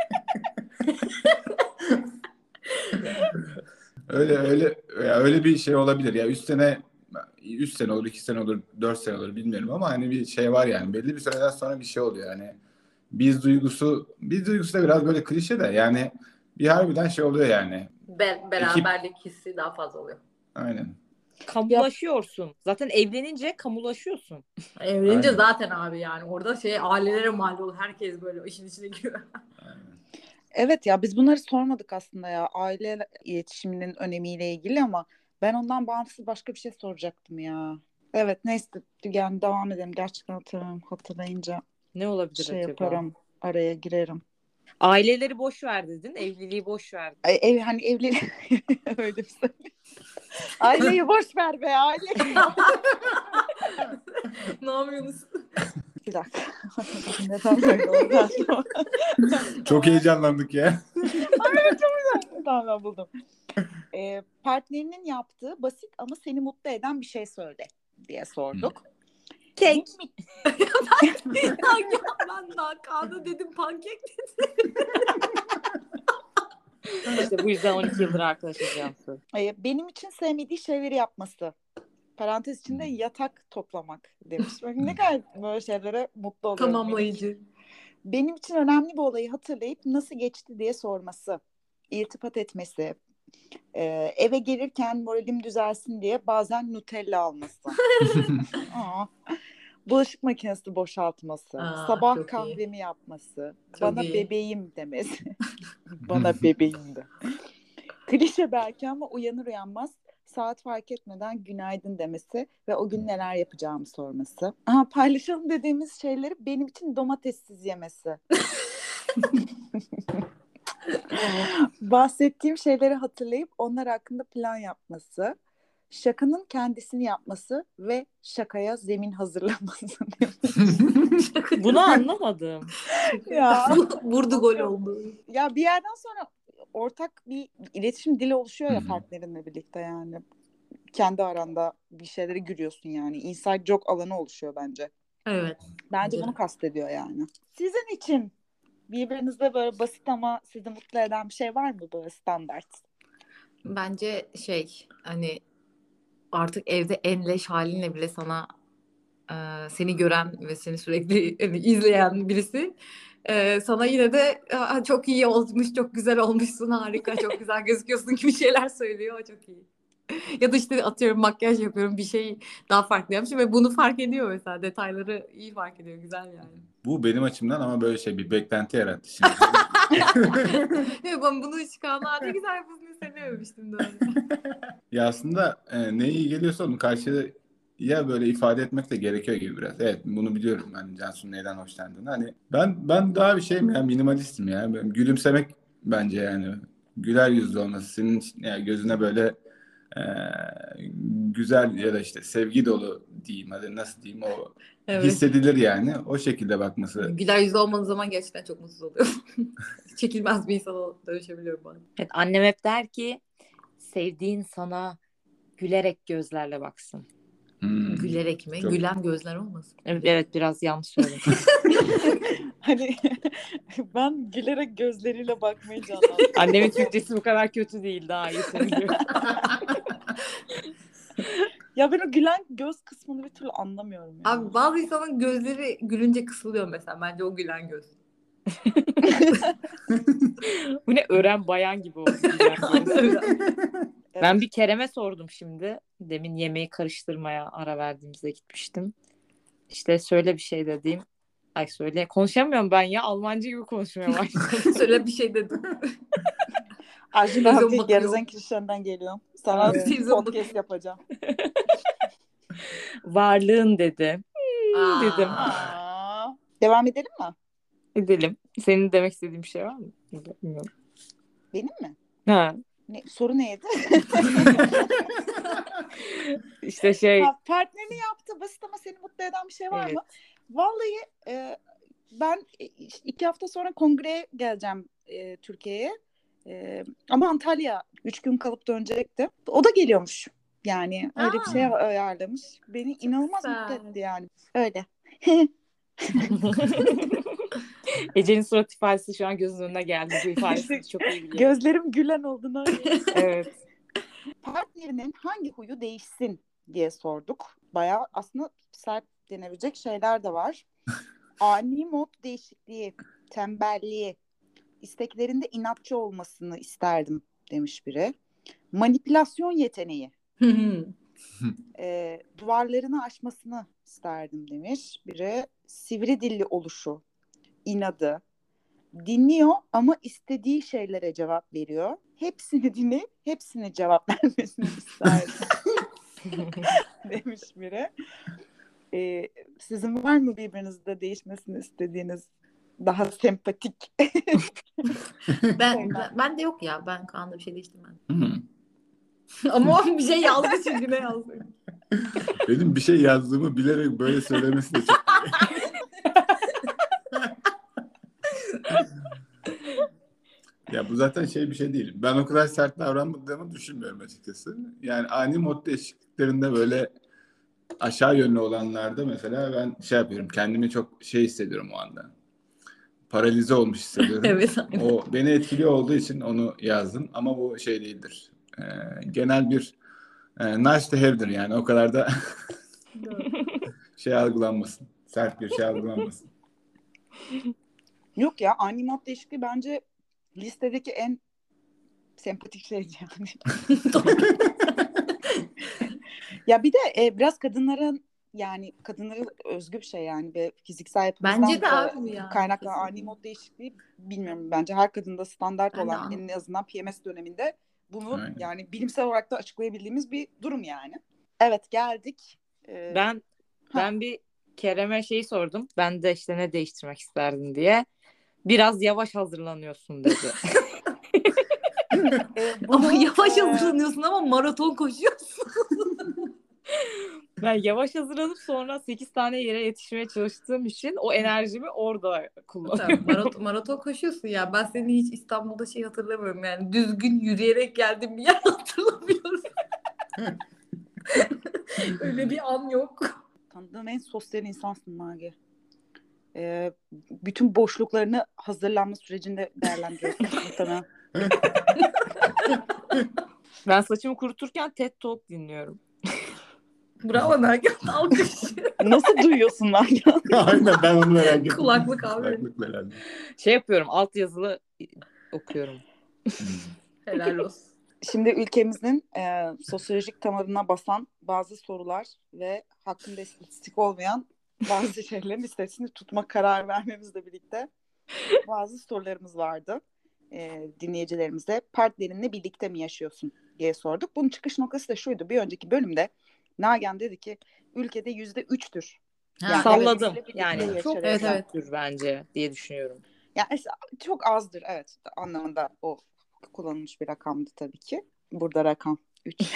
Öyle öyle ya öyle bir şey olabilir ya üç sene üç sene olur, iki sene olur, dört sene olur bilmiyorum ama hani bir şey var yani belli bir süreden sonra bir şey oluyor yani biz duygusu biz duygusu da biraz böyle klişe de yani bir harbiden şey oluyor yani Be- ekip beraberlik hissi daha fazla oluyor. aynen Kamulaşıyorsun. Zaten evlenince kamulaşıyorsun. Evlenince Aynen. zaten abi yani orada şey ailelere mal oluyor. Herkes böyle işin içine giriyor. Evet ya biz bunları sormadık aslında ya aile iletişiminin önemiyle ilgili ama ben ondan bağımsız başka bir şey soracaktım ya. Evet neyse yani devam edelim gerçekten hatırlarım hatırlayınca Ne olabilir şey acaba? yaparım araya girerim. Aileleri boş ver dedin. Evliliği boş ver. Ay, ev hani evli öyle bir şey. Aileyi boş ver be aile. Ne yapıyorsunuz? Bir dakika. Neden böyle oldu? çok heyecanlandık ya. Tamam ben buldum. Ee, partnerinin yaptığı basit ama seni mutlu eden bir şey söyle diye sorduk. Kek. Ben daha Kaan'a dedim pankek. İşte bu yüzden on iki yıldır arkadaşız Cansu. Ee, benim için sevmediği şeyleri yapması. Parantez içinde yatak toplamak demiş. Bak ne kadar böyle şeylere mutlu oluyorum. Tamamlayıcı. Benim için önemli bir olayı hatırlayıp nasıl geçti diye sorması. İrtibat etmesi. Ee, eve gelirken moralim düzelsin diye bazen Nutella alması. Aa. Bulaşık makinesi boşaltması. Aa, Sabah çok iyi. kahvemi yapması. Çok bana iyi. bebeğim demesi. Bana bebeğim de. Klişe belki ama uyanır uyanmaz saat fark etmeden günaydın demesi ve o gün neler yapacağımı sorması. Aha, paylaşalım dediğimiz şeyleri benim için domatessiz yemesi. Bahsettiğim şeyleri hatırlayıp onlar hakkında plan yapması. Şakanın kendisini yapması ve şakaya zemin hazırlaması. Bunu anlamadım. Ya. Vurdu gol oldu. Ya bir yerden sonra ortak bir iletişim dili oluşuyor ya Hı hı. partnerinle birlikte yani. Kendi aranda bir şeyleri gülüyorsun yani. Inside joke alanı oluşuyor bence. Evet. Bence Evet. bunu kastediyor yani. Sizin için birbirinizde böyle basit ama sizi mutlu eden bir şey var mı böyle standart? Bence şey hani artık evde en leş halinle bile sana e, seni gören ve seni sürekli hani, izleyen birisi e, sana yine de "Aa, çok iyi olmuş, çok güzel olmuşsun, harika, çok güzel gözüküyorsun" gibi şeyler söylüyor. O çok iyi. Ya da işte atıyorum makyaj yapıyorum bir şey daha farklı yapmışım ve bunu fark ediyor mesela detayları iyi fark ediyor güzel yani. Bu benim açımdan ama böyle şey bir beklenti yarattı şimdi. Evet, ben bunu hiç Kaan'a ne güzel yapıyorsun sevmemiştim de öyle. Ya aslında e, ne iyi geliyorsa onu karşıya ya böyle ifade etmek de gerekiyor gibi biraz. Evet bunu biliyorum ben Cansu'nun neyden hoşlandığını. Hani ben ben daha bir şeyim ya minimalistim ya. Ben, gülümsemek bence yani güler yüzlü olması senin yani gözüne böyle e, güzel ya da işte sevgi dolu diyeyim hadi nasıl diyeyim o Evet. hissedilir yani o şekilde bakması. Güler yüzlü olmadığı zaman gerçekten çok mutsuz oluyorum. Çekilmez bir insana dönüşebiliyorum bazen. Evet, annem hep der ki sevdiğin sana gülerek gözlerle baksın. Hmm, Gülerek mi? çok- Gülen gözler olmasın? Evet, evet biraz yanlış söyledim. Hani ben gülerek gözleriyle bakmayı canlandım. Annemin Türkçesi bu kadar kötü değil, daha iyi söylüyor. Ya ben o gülen göz kısmını bir türlü anlamıyorum ya. Abi bazı insanın gözleri gülünce kısılıyor mesela. Bence o gülen göz. Bu ne ören bayan gibi oldu. gülen göz. Ben bir Kerem'e sordum şimdi. Demin yemeği karıştırmaya ara verdiğimizde gitmiştim. İşte söyle bir şey dediğim. Ay söyle. Konuşamıyorum ben ya. Almancı gibi konuşmaya başladım. Söyle bir şey dedim. Aşkım Televizyon ben bakıyor. Gerizan Kirişen'den geliyorum. Sana Evet. podcast yapacağım. Varlığın dedi. dedim. Aa. Devam edelim mi? Edelim. Senin demek istediğin bir şey var mı? Bilmiyorum. Benim mi? Ha. Ne, soru neydi? İşte şey. Ha, partnerini yaptı basit ama seni mutlu eden bir şey var Evet. mı? Vallahi e, ben iki hafta sonra kongreye geleceğim e, Türkiye'ye. E, ama Antalya üç gün kalıp dönecekti. O da geliyormuş. Yani öyle bir şey Aa. ayarlamış. Beni inanılmaz güzel. mutlu etti yani. Öyle. Ece'nin surat ifadesi şu an gözünün önüne geldi. Bu ifadesini çok iyi biliyorum. Gözlerim gülen oldu. Nagihan. Evet. Partnerinin hangi huyu değişsin diye sorduk. Bayağı aslında sert denebilecek şeyler de var. Ani mod değişikliği, tembelliği, isteklerinde inatçı olmasını isterdim demiş biri. Manipülasyon yeteneği, e, duvarlarını aşmasını isterdim demiş biri. Sivri dilli oluşu, inadı, dinliyor ama istediği şeylere cevap veriyor. Hepsini dinleyip hepsine cevap vermesini isterdim demiş biri. Ee, sizin var mı birbirinizde değişmesini istediğiniz daha sempatik? ben, ben ben de yok ya. Ben Kaan'da bir şey değiştirmem. Hmm. Ama o bir şey yazdı çünkü ne yazdı? Benim bir şey yazdığımı bilerek böyle söylemesi de çok Ya bu zaten şey bir şey değil. Ben o kadar sert davranmadığımı düşünmüyorum açıkçası. Yani ani mod değişikliklerinde böyle aşağı yönlü olanlarda mesela ben şey yapıyorum. Kendimi çok şey hissediyorum o anda. Paralize olmuş hissediyorum. Evet, aynen. O beni etkiliyor olduğu için onu yazdım. Ama bu şey değildir. Ee, genel bir e, nice to have'dir yani. O kadar da şey algılanmasın. Sert bir şey algılanmasın. Yok ya, ani mod değişikliği bence listedeki en sempatik şey yani. Ya bir de e, biraz kadınların yani kadınlara özgü bir şey yani ve fiziksel yapımızdan Bence de da abi ya. kaynaklı ani Kesinlikle. mod değişikliği bilmiyorum, bence her kadında standart Ben de olan an- en azından P M S döneminde bunu Aynen. yani bilimsel olarak da açıklayabildiğimiz bir durum yani. Evet, geldik. Ee, Ben ben bir Kerem'e şeyi sordum. Ben de işte ne değiştirmek isterdin diye. Biraz yavaş hazırlanıyorsun dedi. e, Ama bunu, yavaş e, hazırlanıyorsun ama maraton koşuyorsun. Ben yavaş hazırlanıp sonra sekiz tane yere yetişmeye çalıştığım için o enerjimi orada kullanıyorum. Tabii, maraton, maraton koşuyorsun ya. Ben seni hiç İstanbul'da şey hatırlamıyorum yani. Düzgün yürüyerek geldiğim bir yer hatırlamıyorum. Öyle bir an yok. tanıdığım en sosyal insansın Nagi. Ee, bütün boşluklarını hazırlanma sürecinde değerlendiriyorsun muhtemelen. Ben saçımı kuruturken TED Talk dinliyorum. Bravo Nagihan. Alkış. Nasıl duyuyorsun Nagi? Aynen, ben onu merak ettim. Kulaklık abi. Kulaklıkla herhalde. Şey yapıyorum, altyazılı okuyorum. Helal olsun. Şimdi ülkemizin e, sosyolojik damarına basan bazı sorular ve hakkında istatistik olmayan bazı şeylerin listesini tutma kararı vermemizle birlikte bazı sorularımız vardı. E, dinleyicilerimize partnerinle birlikte mi yaşıyorsun diye sorduk. Bunun çıkış noktası da şuydu. Bir önceki bölümde Nagen dedi ki ülkede yüzde üçtür. Ha, Salladım evet, yani. birlikte Çok yaşarız. Evet, evet. düşüktür bence diye düşünüyorum. Yani çok azdır, evet, anlamında o kullanılmış bir rakamdı tabii ki. Burada rakam üç.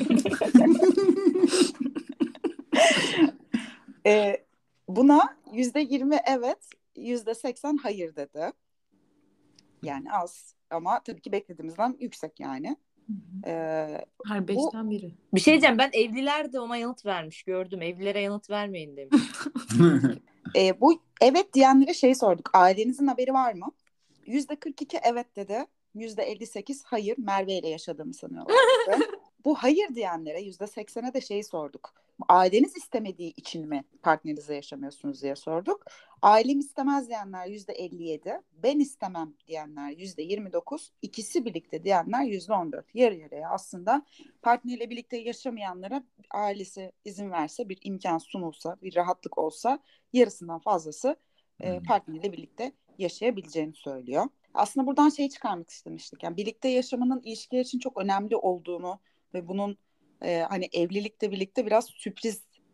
ee, buna yüzde yirmi evet, yüzde seksen hayır dedi. Yani az ama tabii ki beklediğimizden yüksek yani. Ee, Her bu beşten biri. Bir şey diyeceğim, ben evliler de ona yanıt vermiş gördüm. Evlilere yanıt vermeyin demiş. e, bu evet diyenlere şey sorduk. Ailenizin haberi var mı? yüzde kırk iki evet dedi. yüzde elli sekiz hayır, Merve ile yaşadığımı sanıyorlar dedi. Bu hayır diyenlere yüzde seksene de şeyi sorduk. Aileniz istemediği için mi partnerinizle yaşamıyorsunuz diye sorduk. Ailem istemez diyenler yüzde elli yedi. Ben istemem diyenler yüzde yirmi dokuz. İkisi birlikte diyenler yüzde on dört. Yarı yarıya aslında partneriyle birlikte yaşamayanlara ailesi izin verse, bir imkan sunulsa, bir rahatlık olsa yarısından fazlası e, partneriyle birlikte yaşayabileceğini söylüyor. Aslında buradan şey çıkarmak istemiştik. Yani birlikte yaşamanın ilişkiler için çok önemli olduğunu ve bunun e, hani evlilikle birlikte biraz sürpriz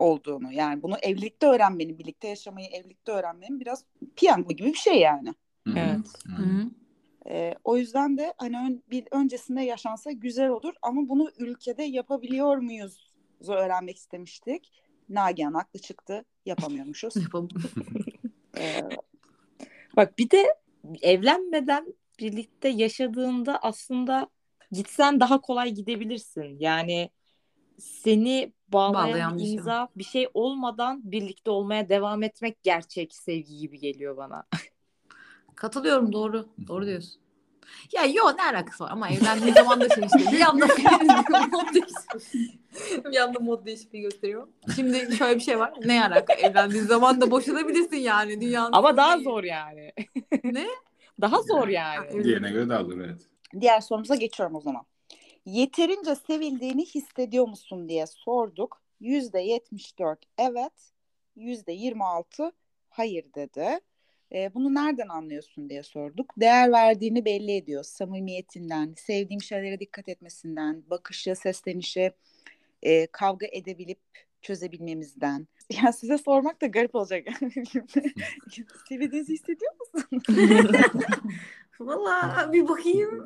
olduğunu, yani bunu evlilikte öğrenmenin, birlikte yaşamayı evlilikte öğrenmenin biraz piyango gibi bir şey yani. Hı hı. Evet. Hı hı. Ee, o yüzden de hani ön, bir öncesinde yaşansa güzel olur ama bunu ülkede yapabiliyor muyuz öğrenmek istemiştik. Nagihan haklı çıktı, yapamıyormuşuz. Yapalım. Ee, Bak bir de evlenmeden birlikte yaşadığında aslında gitsen daha kolay gidebilirsin. Yani seni bağlayan Bağlayan bir bir şey. imza bir şey olmadan birlikte olmaya devam etmek gerçek sevgi gibi geliyor bana. Katılıyorum, doğru. Doğru diyorsun. Ya yo, ne alakası var ama evlendiğin zaman da şey işte bir anda mod değişikliği. Bir anda mod değişikliği gösteriyor. Şimdi şöyle bir şey var. Ne alaka? Evlendiğin zaman da boşanabilirsin yani. Dünyanın Ama sonu daha değil. zor yani. Ne? Daha zor Ha, yani. öyle Diğerine mi? göre daha zor, evet. Diğer sorumuza geçiyorum o zaman. Yeterince sevildiğini hissediyor musun diye sorduk. yüzde yetmiş dört evet, yüzde yirmi altı hayır dedi. Ee, bunu nereden anlıyorsun diye sorduk. Değer verdiğini belli ediyor. Samimiyetinden, sevdiğim şeylere dikkat etmesinden, bakışı, seslenişi, e, kavga edebilip çözebilmemizden. Ya size sormak da garip olacak. Sevildiğinizi hissediyor musun? Valla bir bakayım.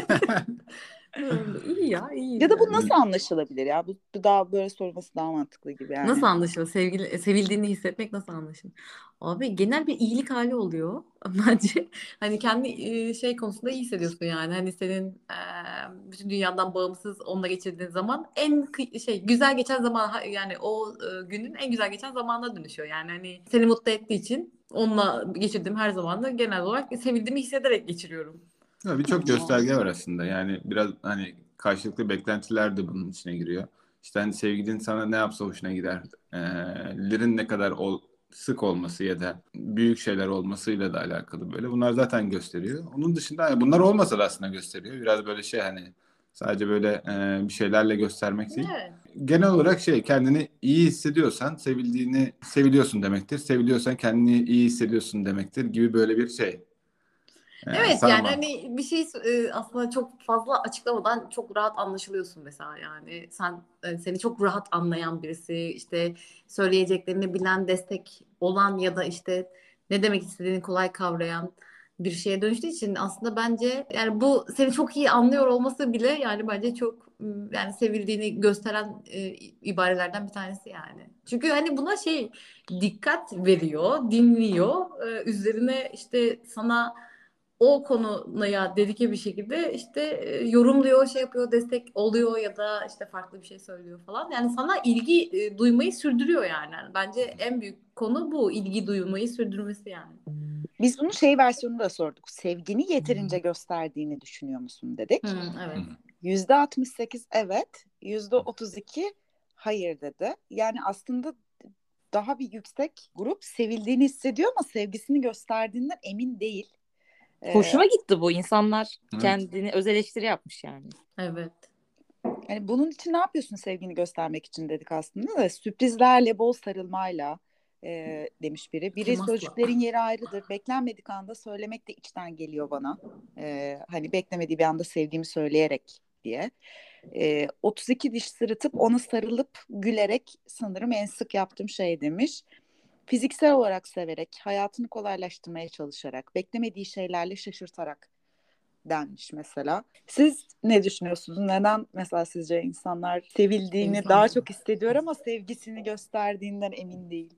İyi ya, iyi. Ya da bu Yani. nasıl anlaşılabilir ya? Bu, bu daha böyle sorması daha mantıklı gibi yani. Nasıl anlaşılır? Sevgili, sevildiğini hissetmek nasıl anlaşılır? Abi genel bir iyilik hali oluyor bence. Hani kendi e, şey konusunda iyi hissediyorsun yani. Hani senin e, bütün dünyadan bağımsız onunla geçirdiğin zaman en kı- şey güzel geçen zaman ha- yani o e, günün en güzel geçen zamanına dönüşüyor. Yani hani seni mutlu ettiği için onunla geçirdiğim her zaman da genel olarak sevildiğimi hissederek geçiriyorum. Ya birçok gösterge var aslında. Yani biraz hani karşılıklı beklentiler de bunun içine giriyor. İşte hani sevgilin sana ne yapsa hoşuna gider. Ee, lerin ne kadar ol, sık olması ya da büyük şeyler olmasıyla da alakalı böyle. Bunlar zaten gösteriyor. Onun dışında yani bunlar olmasa da aslında gösteriyor. Biraz böyle şey hani sadece böyle e, bir şeylerle göstermek değil. Evet. Genel olarak şey kendini iyi hissediyorsan sevildiğini seviliyorsun demektir. Seviliyorsan kendini iyi hissediyorsun demektir gibi böyle bir şey. Ee, Evet yani sarmal. hani bir şey e, aslında çok fazla açıklamadan çok rahat anlaşılıyorsun mesela yani sen e, seni çok rahat anlayan birisi işte söyleyeceklerini bilen destek olan ya da işte ne demek istediğini kolay kavrayan bir şeye dönüştüğü için aslında bence yani bu seni çok iyi anlıyor olması bile yani bence çok m, yani sevildiğini gösteren e, ibarelerden bir tanesi yani. Çünkü hani buna şey dikkat veriyor, dinliyor, e, üzerine işte sana o konuya dedike bir şekilde işte e, yorumluyor, şey yapıyor, destek oluyor ya da işte farklı bir şey söylüyor falan. Yani sana ilgi e, duymayı sürdürüyor yani. Yani bence en büyük konu bu, ilgi duymayı sürdürmesi yani. Biz bunun şey versiyonunu da sorduk. Sevgini yeterince gösterdiğini düşünüyor musun dedik. Hı, evet. yüzde altmış sekiz evet, yüzde otuz iki hayır dedi. Yani aslında daha bir yüksek grup sevildiğini hissediyor ama sevgisini gösterdiğinden emin değil. Ee, Hoşuma gitti bu. İnsanlar Evet. kendini öz eleştiri yapmış yani. Evet. Yani bunun için ne yapıyorsun sevgini göstermek için dedik aslında da sürprizlerle, bol sarılmayla e, demiş biri. Biri Temasla. sözcüklerin yeri ayrıdır. Beklenmedik anda söylemek de içten geliyor bana. E, hani beklemediği bir anda sevdiğimi söyleyerek diye. E, otuz iki diş sırıtıp ona sarılıp gülerek sanırım en sık yaptığım şey demiş. Fiziksel olarak severek, hayatını kolaylaştırmaya çalışarak, beklemediği şeylerle şaşırtarak denmiş mesela. Siz ne düşünüyorsunuz? Neden mesela sizce insanlar sevildiğini Sevgisi daha lazım. çok hissediyor ama sevgisini gösterdiğinden emin değil?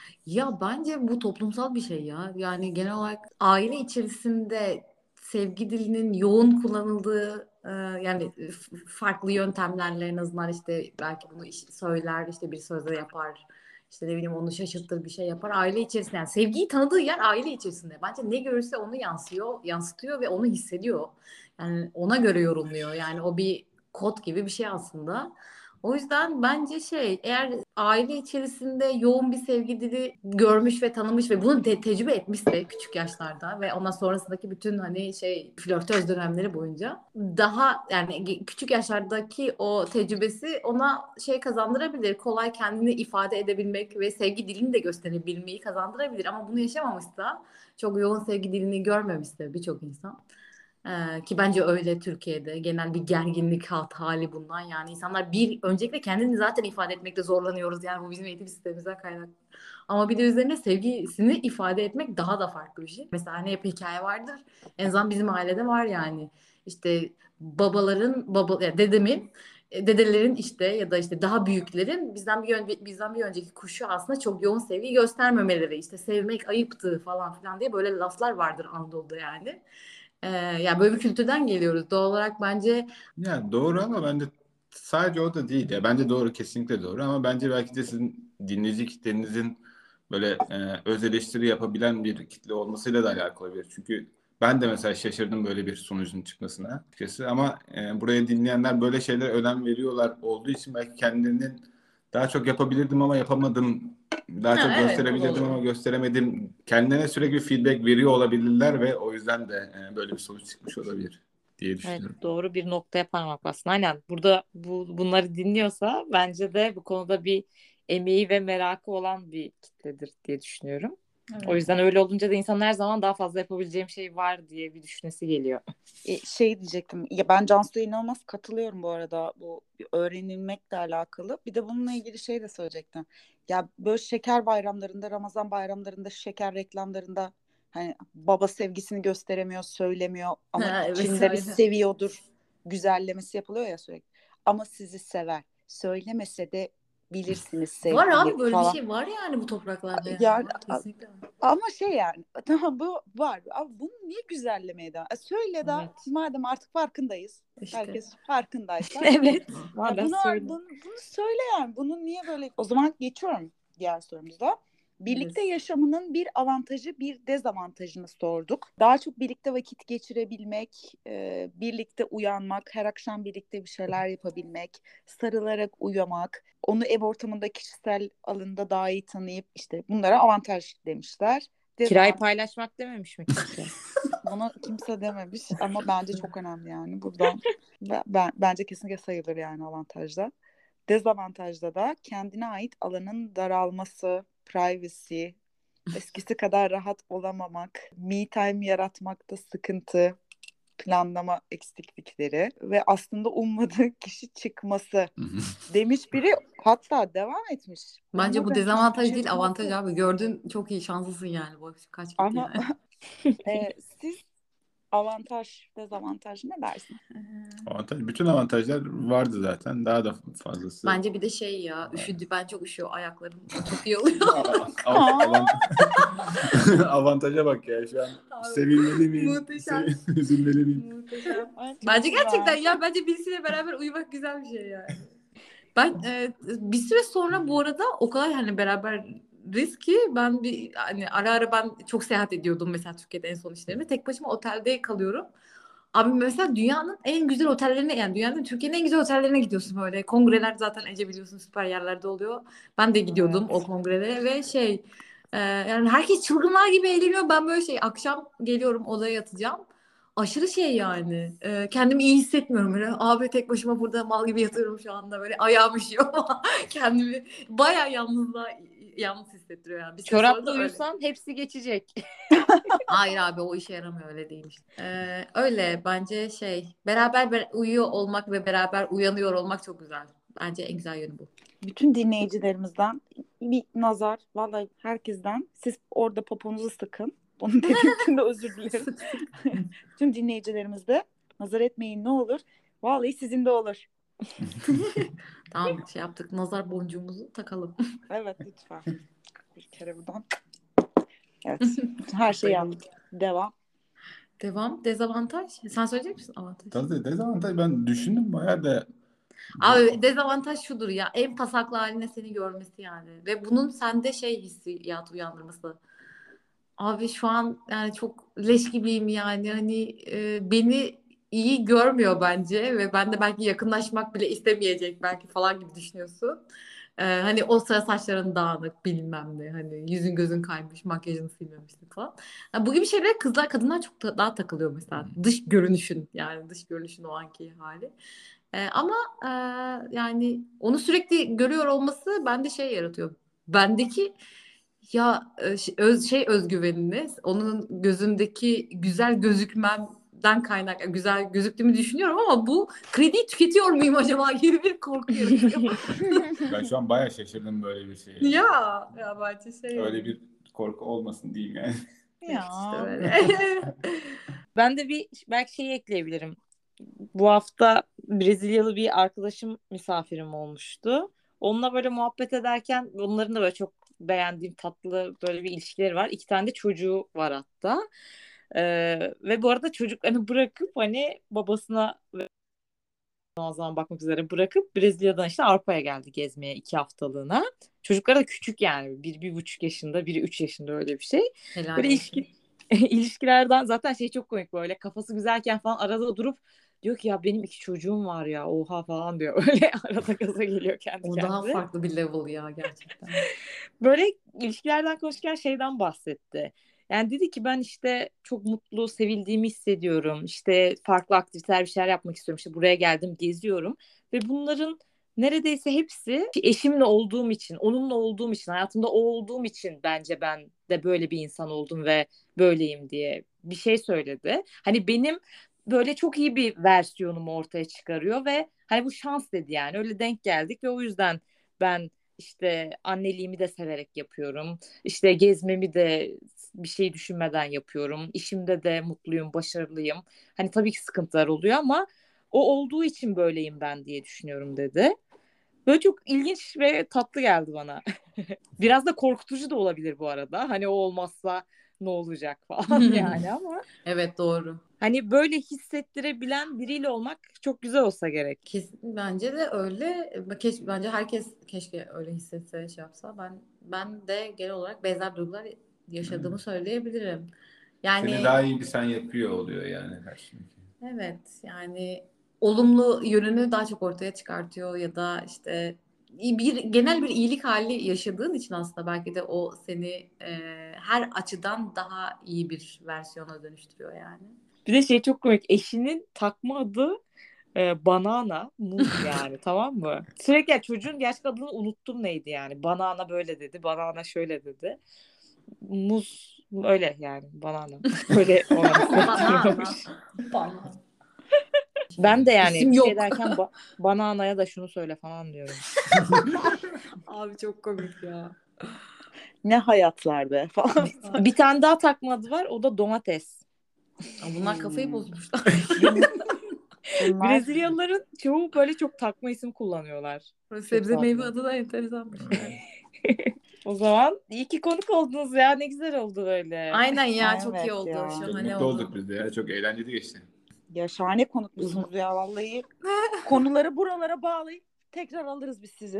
Ya bence bu toplumsal bir şey ya. Yani genel olarak aile içerisinde sevgi dilinin yoğun kullanıldığı e, yani f- farklı yöntemlerle en azından işte belki bunu iş- söyler işte bir sözle yapar işte ne bileyim onu şaşırtır bir şey yapar aile içerisinde yani sevgiyi tanıdığı yer aile içerisinde bence ne görürse onu yansıyor yansıtıyor ve onu hissediyor yani ona göre yorumluyor yani o bir kod gibi bir şey aslında. O yüzden bence şey eğer aile içerisinde yoğun bir sevgi dili görmüş ve tanımış ve bunu de, tecrübe etmişse küçük yaşlarda ve ondan sonrasındaki bütün hani şey flörtöz dönemleri boyunca daha yani küçük yaşlardaki o tecrübesi ona şey kazandırabilir. Kolay kendini ifade edebilmek ve sevgi dilini de gösterebilmeyi kazandırabilir. Ama bunu yaşamamışsa çok yoğun sevgi dilini görmemişse birçok insan Ee, ki bence öyle Türkiye'de genel bir gerginlik hat hali bundan, yani insanlar bir öncelikle kendini zaten ifade etmekte zorlanıyoruz, yani bu bizim eğitim sistemimizden kaynaklı, ama bir de üzerine sevgisini ifade etmek daha da farklı bir şey. Mesela hani hep hikaye vardır, en azından bizim ailede var yani, işte babaların baba ya dedemin e, dedelerin işte ya da işte daha büyüklerin bizden bir ön, bizden bir önceki kuşu aslında çok yoğun sevgi göstermemeleri, işte sevmek ayıptı falan filan diye böyle laflar vardır Anadolu'da yani. Ee, yani böyle bir kültürden geliyoruz. Doğal olarak bence Ya doğru ama bence sadece o da değil ya. Bence doğru, kesinlikle doğru ama bence belki de sizin dinleyici kitlenizin böyle e, öz eleştiri yapabilen bir kitle olmasıyla da alakalı olabilir. Çünkü ben de mesela şaşırdım böyle bir sonucun çıkmasına açıkçası ama e, buraya dinleyenler böyle şeylere önem veriyorlar olduğu için belki kendilerinin daha çok yapabilirdim ama yapamadım, daha ha, çok evet, o da gösterebilirdim ama olur. gösteremedim. Kendilerine sürekli bir feedback veriyor olabilirler ve o yüzden de e, böyle bir sonuç çıkmış olabilir diye Evet, düşünüyorum. doğru bir noktaya parmak bastın. Aynen. Burada bu bunları dinliyorsa bence de bu konuda bir emeği ve merakı olan bir kitledir diye düşünüyorum. O Evet. yüzden öyle olunca da insanın her zaman daha fazla yapabileceğim şey var diye bir düşünesi geliyor. E, şey diyecektim. Ya ben Cansu'ya inanılmaz katılıyorum bu arada. Bu bir öğrenilmekle alakalı. Bir de bununla ilgili şey de söyleyecektim. Ya böyle şeker bayramlarında, Ramazan bayramlarında, şeker reklamlarında hani baba sevgisini gösteremiyor, söylemiyor ama Ha, içinde bir vesaire. seviyordur güzellemesi yapılıyor ya sürekli. Ama sizi sever. Söylemese de bilirsiniz Var sevgiyi abi, böyle bir falan. şey var yani bu topraklarda, yani Yani var, kesinlikle var. ama şey yani tamam bu var. Ama bunu niye güzellemeye devam? E, söyle de Evet. madem artık farkındayız. İşte. Herkes farkındaysa. Evet. Ya Madem bunu, söyle. bunu, bunu söyle yani. Bunu niye böyle? O zaman geçiyorum diğer sorumuza. Birlikte Yes. yaşamının bir avantajı, bir dezavantajını sorduk. Daha çok birlikte vakit geçirebilmek, e, birlikte uyanmak, her akşam birlikte bir şeyler yapabilmek, sarılarak uyumak, onu ev ortamında kişisel alanda daha iyi tanıyıp işte bunlara avantaj demişler. Kirayı Dezavantaj paylaşmak dememiş mi kimse? bunu kimse dememiş ama bence çok önemli yani buradan. Ve ben, bence kesinlikle sayılır yani avantajda. Dezavantajda da kendine ait alanın daralması, privacy, eskisi kadar rahat olamamak, me time yaratmakta sıkıntı, planlama eksiklikleri ve aslında ummadığı kişi çıkması demiş biri, hatta devam etmiş. Bence bu Ummadığın kişi dezavantaj değil, avantaj çıkması. abi. Gördün, çok iyi, şanslısın yani. Bu kaç gitti Ama yani. e, siz avantaj, dezavantaj ne dersin? Avantaj, bütün avantajlar vardı zaten. Daha da fazlası. Bence bir de şey ya, üşüdü. Ben çok üşüyor ayaklarım. Çok iyi oluyor. Av- avant- Avantaja bak ya, şu an Abi, sevinmeli miyim? muhteşem. Se- üzülmeli miyim? Muhteşem. Ay, çok Bence güzel. gerçekten ya, bence birisiyle beraber uyumak güzel bir şey yani. Ben e, bir süre sonra bu arada o kadar hani beraberiz ki, ben bir hani ara ara ben çok seyahat ediyordum mesela Türkiye'de en son işlerime. Tek başıma otelde kalıyorum. Abi mesela dünyanın en güzel otellerine, yani dünyanın, Türkiye'nin en güzel otellerine gidiyorsun böyle. Kongreler zaten Ece biliyorsun süper yerlerde oluyor. Ben de gidiyordum o Evet. kongrelere ve şey e, yani herkes çılgınlar gibi eğleniyor. Ben böyle şey, akşam geliyorum odaya yatacağım. Aşırı şey yani. E, kendimi iyi hissetmiyorum böyle. Abi tek başıma burada mal gibi yatıyorum şu anda, böyle ayağım üşüyor. Kendimi bayağı yalnızlığa yalnız hissettiriyor yani. Bir süre sonra Çorapla da öyle. uyusan hepsi geçecek. Hayır abi, o işe yaramıyor, öyle değilmiş. Ee, öyle bence şey, beraber be- uyuyor olmak ve beraber uyanıyor olmak çok güzel. Bence en güzel yönü bu. Bütün dinleyicilerimizden bir nazar, vallahi herkesten, siz orada poponuzu sıkın. Bunu dediğim için de özür dilerim. Bütün dinleyicilerimiz de nazar etmeyin ne olur. Vallahi sizin de olur. Tamam, şey yaptık, nazar boncuğumuzu takalım. Evet lütfen. Bir kere buradan. Evet. Her şeyi yaptık. Devam. Devam. Dezavantaj. Sen söyleyecek misin avantaj? Tabii dezavantaj, ben düşündüm bayağı da bu, Abi dezavantaj şudur ya, en pasaklı haline seni görmesi yani. Ve bunun sende şey hissiyatı uyandırması. Abi şu an yani çok leş gibiyim yani, hani e, beni iyi görmüyor bence ve ben de belki yakınlaşmak bile istemeyecek belki falan gibi düşünüyorsun. E, hani o sıra saçların dağınık, bilmem ne, hani yüzün gözün kaymış, makyajını silmemişsin falan. Yani bu gibi şeylere kızlar, kadınlar çok da, daha takılıyor mesela, dış görünüşün, yani dış görünüşün o anki hali. E, ama e, yani onu sürekli görüyor olması bende şey yaratıyor. Bendeki ya e, ş- öz şey özgüvenini, onun gözündeki güzel gözükmem den kaynak güzel gözüktüğümü düşünüyorum ama bu krediyi tüketiyor muyum acaba gibi bir korku yaratıyor. Ben şu an bayağı şaşırdım böyle bir şeye. ya ya bence şey. Öyle bir korku olmasın diyeyim yani. Ya. İşte böyle. Ben de bir belki şeyi ekleyebilirim. Bu hafta Brezilyalı bir arkadaşım misafirim olmuştu. Onunla böyle muhabbet ederken onların da böyle çok beğendiğim tatlı böyle bir ilişkileri var. İki tane de çocuğu var hatta. Ee, ve bu arada çocuklarını bırakıp hani babasına ve o zaman bakmak üzere bırakıp Brezilya'dan işte Avrupa'ya geldi gezmeye iki haftalığına. Çocuklar da küçük yani. Bir, bir buçuk yaşında, biri üç yaşında öyle bir şey. Helal Böyle olsun. ilişki, ilişkilerden zaten şey çok komik böyle. Kafası güzelken falan arada durup diyor ki ya benim iki çocuğum var ya oha falan diyor. Öyle arada gaza geliyor kendi O kendine. daha farklı bir level ya gerçekten. Böyle ilişkilerden konuşurken şeyden bahsetti. Yani dedi ki ben işte çok mutlu, sevildiğimi hissediyorum. İşte farklı aktiviteler bir şeyler yapmak istiyorum. İşte buraya geldim, geziyorum. Ve bunların neredeyse hepsi eşimle olduğum için, onunla olduğum için, hayatımda o olduğum için bence ben de böyle bir insan oldum ve böyleyim diye bir şey söyledi. Hani benim böyle çok iyi bir versiyonumu ortaya çıkarıyor ve hani bu şans dedi yani. Öyle denk geldik ve o yüzden ben işte anneliğimi de severek yapıyorum. İşte gezmemi de bir şey düşünmeden yapıyorum. İşimde de mutluyum, başarılıyım. Hani tabii ki sıkıntılar oluyor ama o olduğu için böyleyim ben diye düşünüyorum dedi. Böyle çok ilginç ve tatlı geldi bana. Biraz da korkutucu da olabilir bu arada. Hani o olmazsa ne olacak falan yani ama Evet doğru. hani böyle hissettirebilen biriyle olmak çok güzel olsa gerek. Kesin bence de öyle. Keş, bence herkes keşke öyle hissetse şey yapsa. Ben ben de genel olarak benzer duygular yaşadığımı Evet. söyleyebilirim. Yani Seni daha iyi bir sen yapıyor oluyor yani karşındaki. evet yani olumlu yönünü daha çok ortaya çıkartıyor ya da işte bir genel bir iyilik hali yaşadığın için aslında belki de o seni e, her açıdan daha iyi bir versiyona dönüştürüyor yani. Bir de şey çok komik. Eşinin takma adı e, banana, muz yani tamam mı? Sürekli yani çocuğun gerçek adını unuttum neydi yani. Banana böyle dedi, banana şöyle dedi. Muz öyle yani banana. Böyle ona Banana. hissettiriyormuş. Banana. Ben de yani İsim bir şey yok. derken ba- bananaya da şunu söyle falan diyorum. Abi çok komik ya. Ne hayatlar be falan. Bir tane daha takma adı var o da domates. Bunlar kafayı Hmm. bozmuşlar. Bunlar Brezilyalıların çoğu böyle çok takma isim kullanıyorlar. Sebze tatlı. meyve adı da enteresanmış. Yani. O zaman iyi ki konuk oldunuz ya ne güzel oldu böyle. Aynen ya çok iyi Evet oldu. ya. Çok Şahane mutlu oldu. olduk biz de ya. Çok eğlenceli geçti. Ya şahane konukmuşsunuz ya vallahi. Konuları buralara bağlayıp tekrar alırız biz sizi.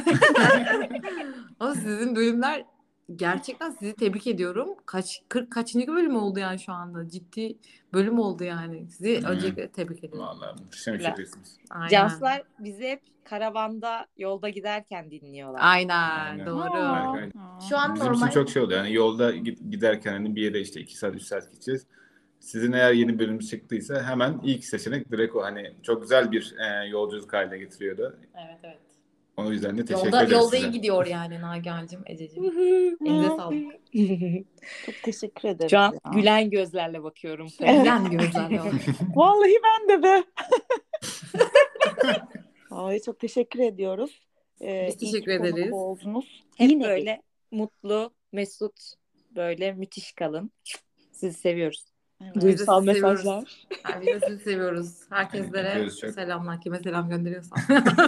Ama sizin bölümler gerçekten sizi tebrik ediyorum. Kaç kırk kaçıncı bölüm oldu yani şu anda? Ciddi bölüm oldu yani. Sizi Evet. öncelikle tebrik ediyorum. Vallahi muhteşem bir Güzel. şekilsiniz. Aynen. Canslar bizi hep karavanda yolda giderken dinliyorlar. Aynen, Aynen. doğru. Aa. Harika. Şu an Bizim normal. için çok şey oluyor. Yani yolda gid- giderken hani bir yere işte iki saat üç saat gideceğiz. Sizin eğer yeni bölüm çıktıysa hemen ilk seçenek direkt o. Hani çok güzel bir e, yolculuk haline getiriyordu. Evet evet. O yüzden de teşekkür Yolda ederiz yolda size. iyi gidiyor yani Nagihan'cığım, Ececiğim. Elinize sağlık. Çok teşekkür ederiz Şu an ya. gülen gözlerle bakıyorum. Gülen gözlerle bak. Vallahi ben de be. Ay çok teşekkür ediyoruz. Ee, Biz iyi teşekkür ki konuk ederiz. oldunuz. Hep Yine böyle mutlu, mesut, böyle müthiş kalın. Sizi seviyoruz. Evet. Biz de Duygusal sizi seviyoruz. mesajlar. Yani biz de sizi seviyoruz. Herkeslere Öpüyoruz çok. selamlar. Kime selam gönderiyorsan.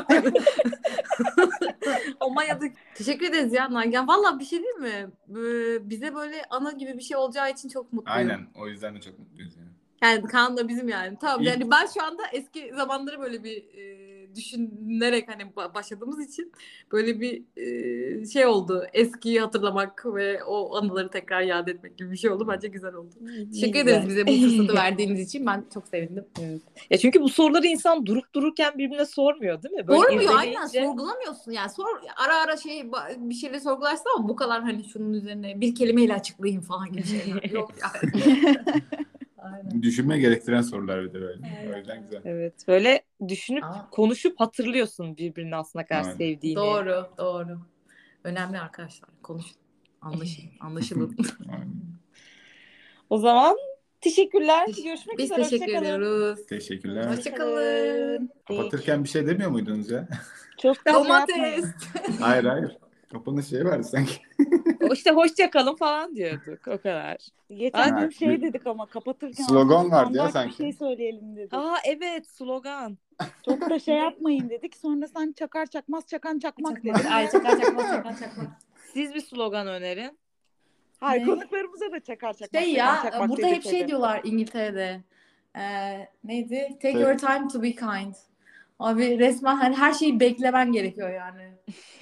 Almanya'da teşekkür ederiz ya Nagihan. Valla bir şey değil mi? Ee, Bize böyle ana gibi bir şey olacağı için çok mutluyum. Aynen. O yüzden de çok mutluyuz yani. Yani Kaan da bizim yani. Tamam İlk- yani ben şu anda eski zamanları böyle bir e, düşünerek hani ba- başladığımız için böyle bir e, şey oldu. Eskiyi hatırlamak ve o anıları tekrar yad etmek gibi bir şey oldu. Bence güzel oldu. Teşekkür ederiz bize bu fırsatı verdiğiniz için. Ben çok sevindim. Evet. Ya çünkü bu soruları insan durup dururken birbirine sormuyor değil mi? Böyle Sormuyor aynen, irdeleyince- sorgulamıyorsun yani sor ara ara şey ba- bir şeyleri sorgularsın ama bu kadar hani şunun üzerine bir kelimeyle açıklayayım falan gibi şeyler yok yani. Aynen. Düşünme gerektiren sorular bir de böyle. Aynen. O yüzden güzel. Evet. Böyle düşünüp Aa. konuşup hatırlıyorsun birbirini aslında kadar Aynen. sevdiğini. Doğru doğru. Önemli arkadaşlar. Konuşun. Anlaşın. Anlaşılın. Aynen. O zaman Teşekkürler. Görüşmek Biz üzere. teşekkür Hoşça kalın. ediyoruz. Teşekkürler. Hoşçakalın. Kapatırken bir şey demiyor muydunuz ya? Çok da şey Domates. yapmayın. Hayır hayır. Kapanış şey vardı sanki. O işte hoşça kalın falan diyorduk. O kadar. Geçen Ha, gün şey bir- dedik ama kapatırken Slogan vardı ya standart sanki. bir şey söyleyelim dedik. Aa evet, slogan. Çok da şey yapmayın dedik. Sonra sen çakar çakmaz çakan çakmak dedin. Ay çakar çakmak çakar çakmak. Siz bir slogan önerin. Hayır, Ne? konuklarımıza da çakar çakmak Şey çakan ya çakmak burada dedik hep şey dedi. diyorlar İngiltere'de. Ee, neydi? Take Evet. your time to be kind. Abi resmen hani her şeyi beklemen gerekiyor yani.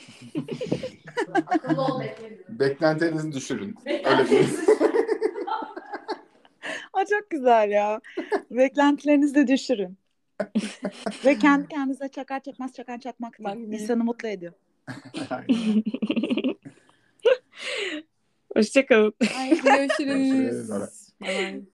Akıllı ol bekle. Beklentilerinizi düşürün. Öyle bir. Aa, çok güzel ya. Beklentilerinizi de düşürün. Ve kendi kendinize çakar çakmaz çakan çakmak Bak, değil. İnsanı mutlu ediyor. Hoşça kalın. Ay görüşürüz. Görüşürüz. Bye bye. Bye.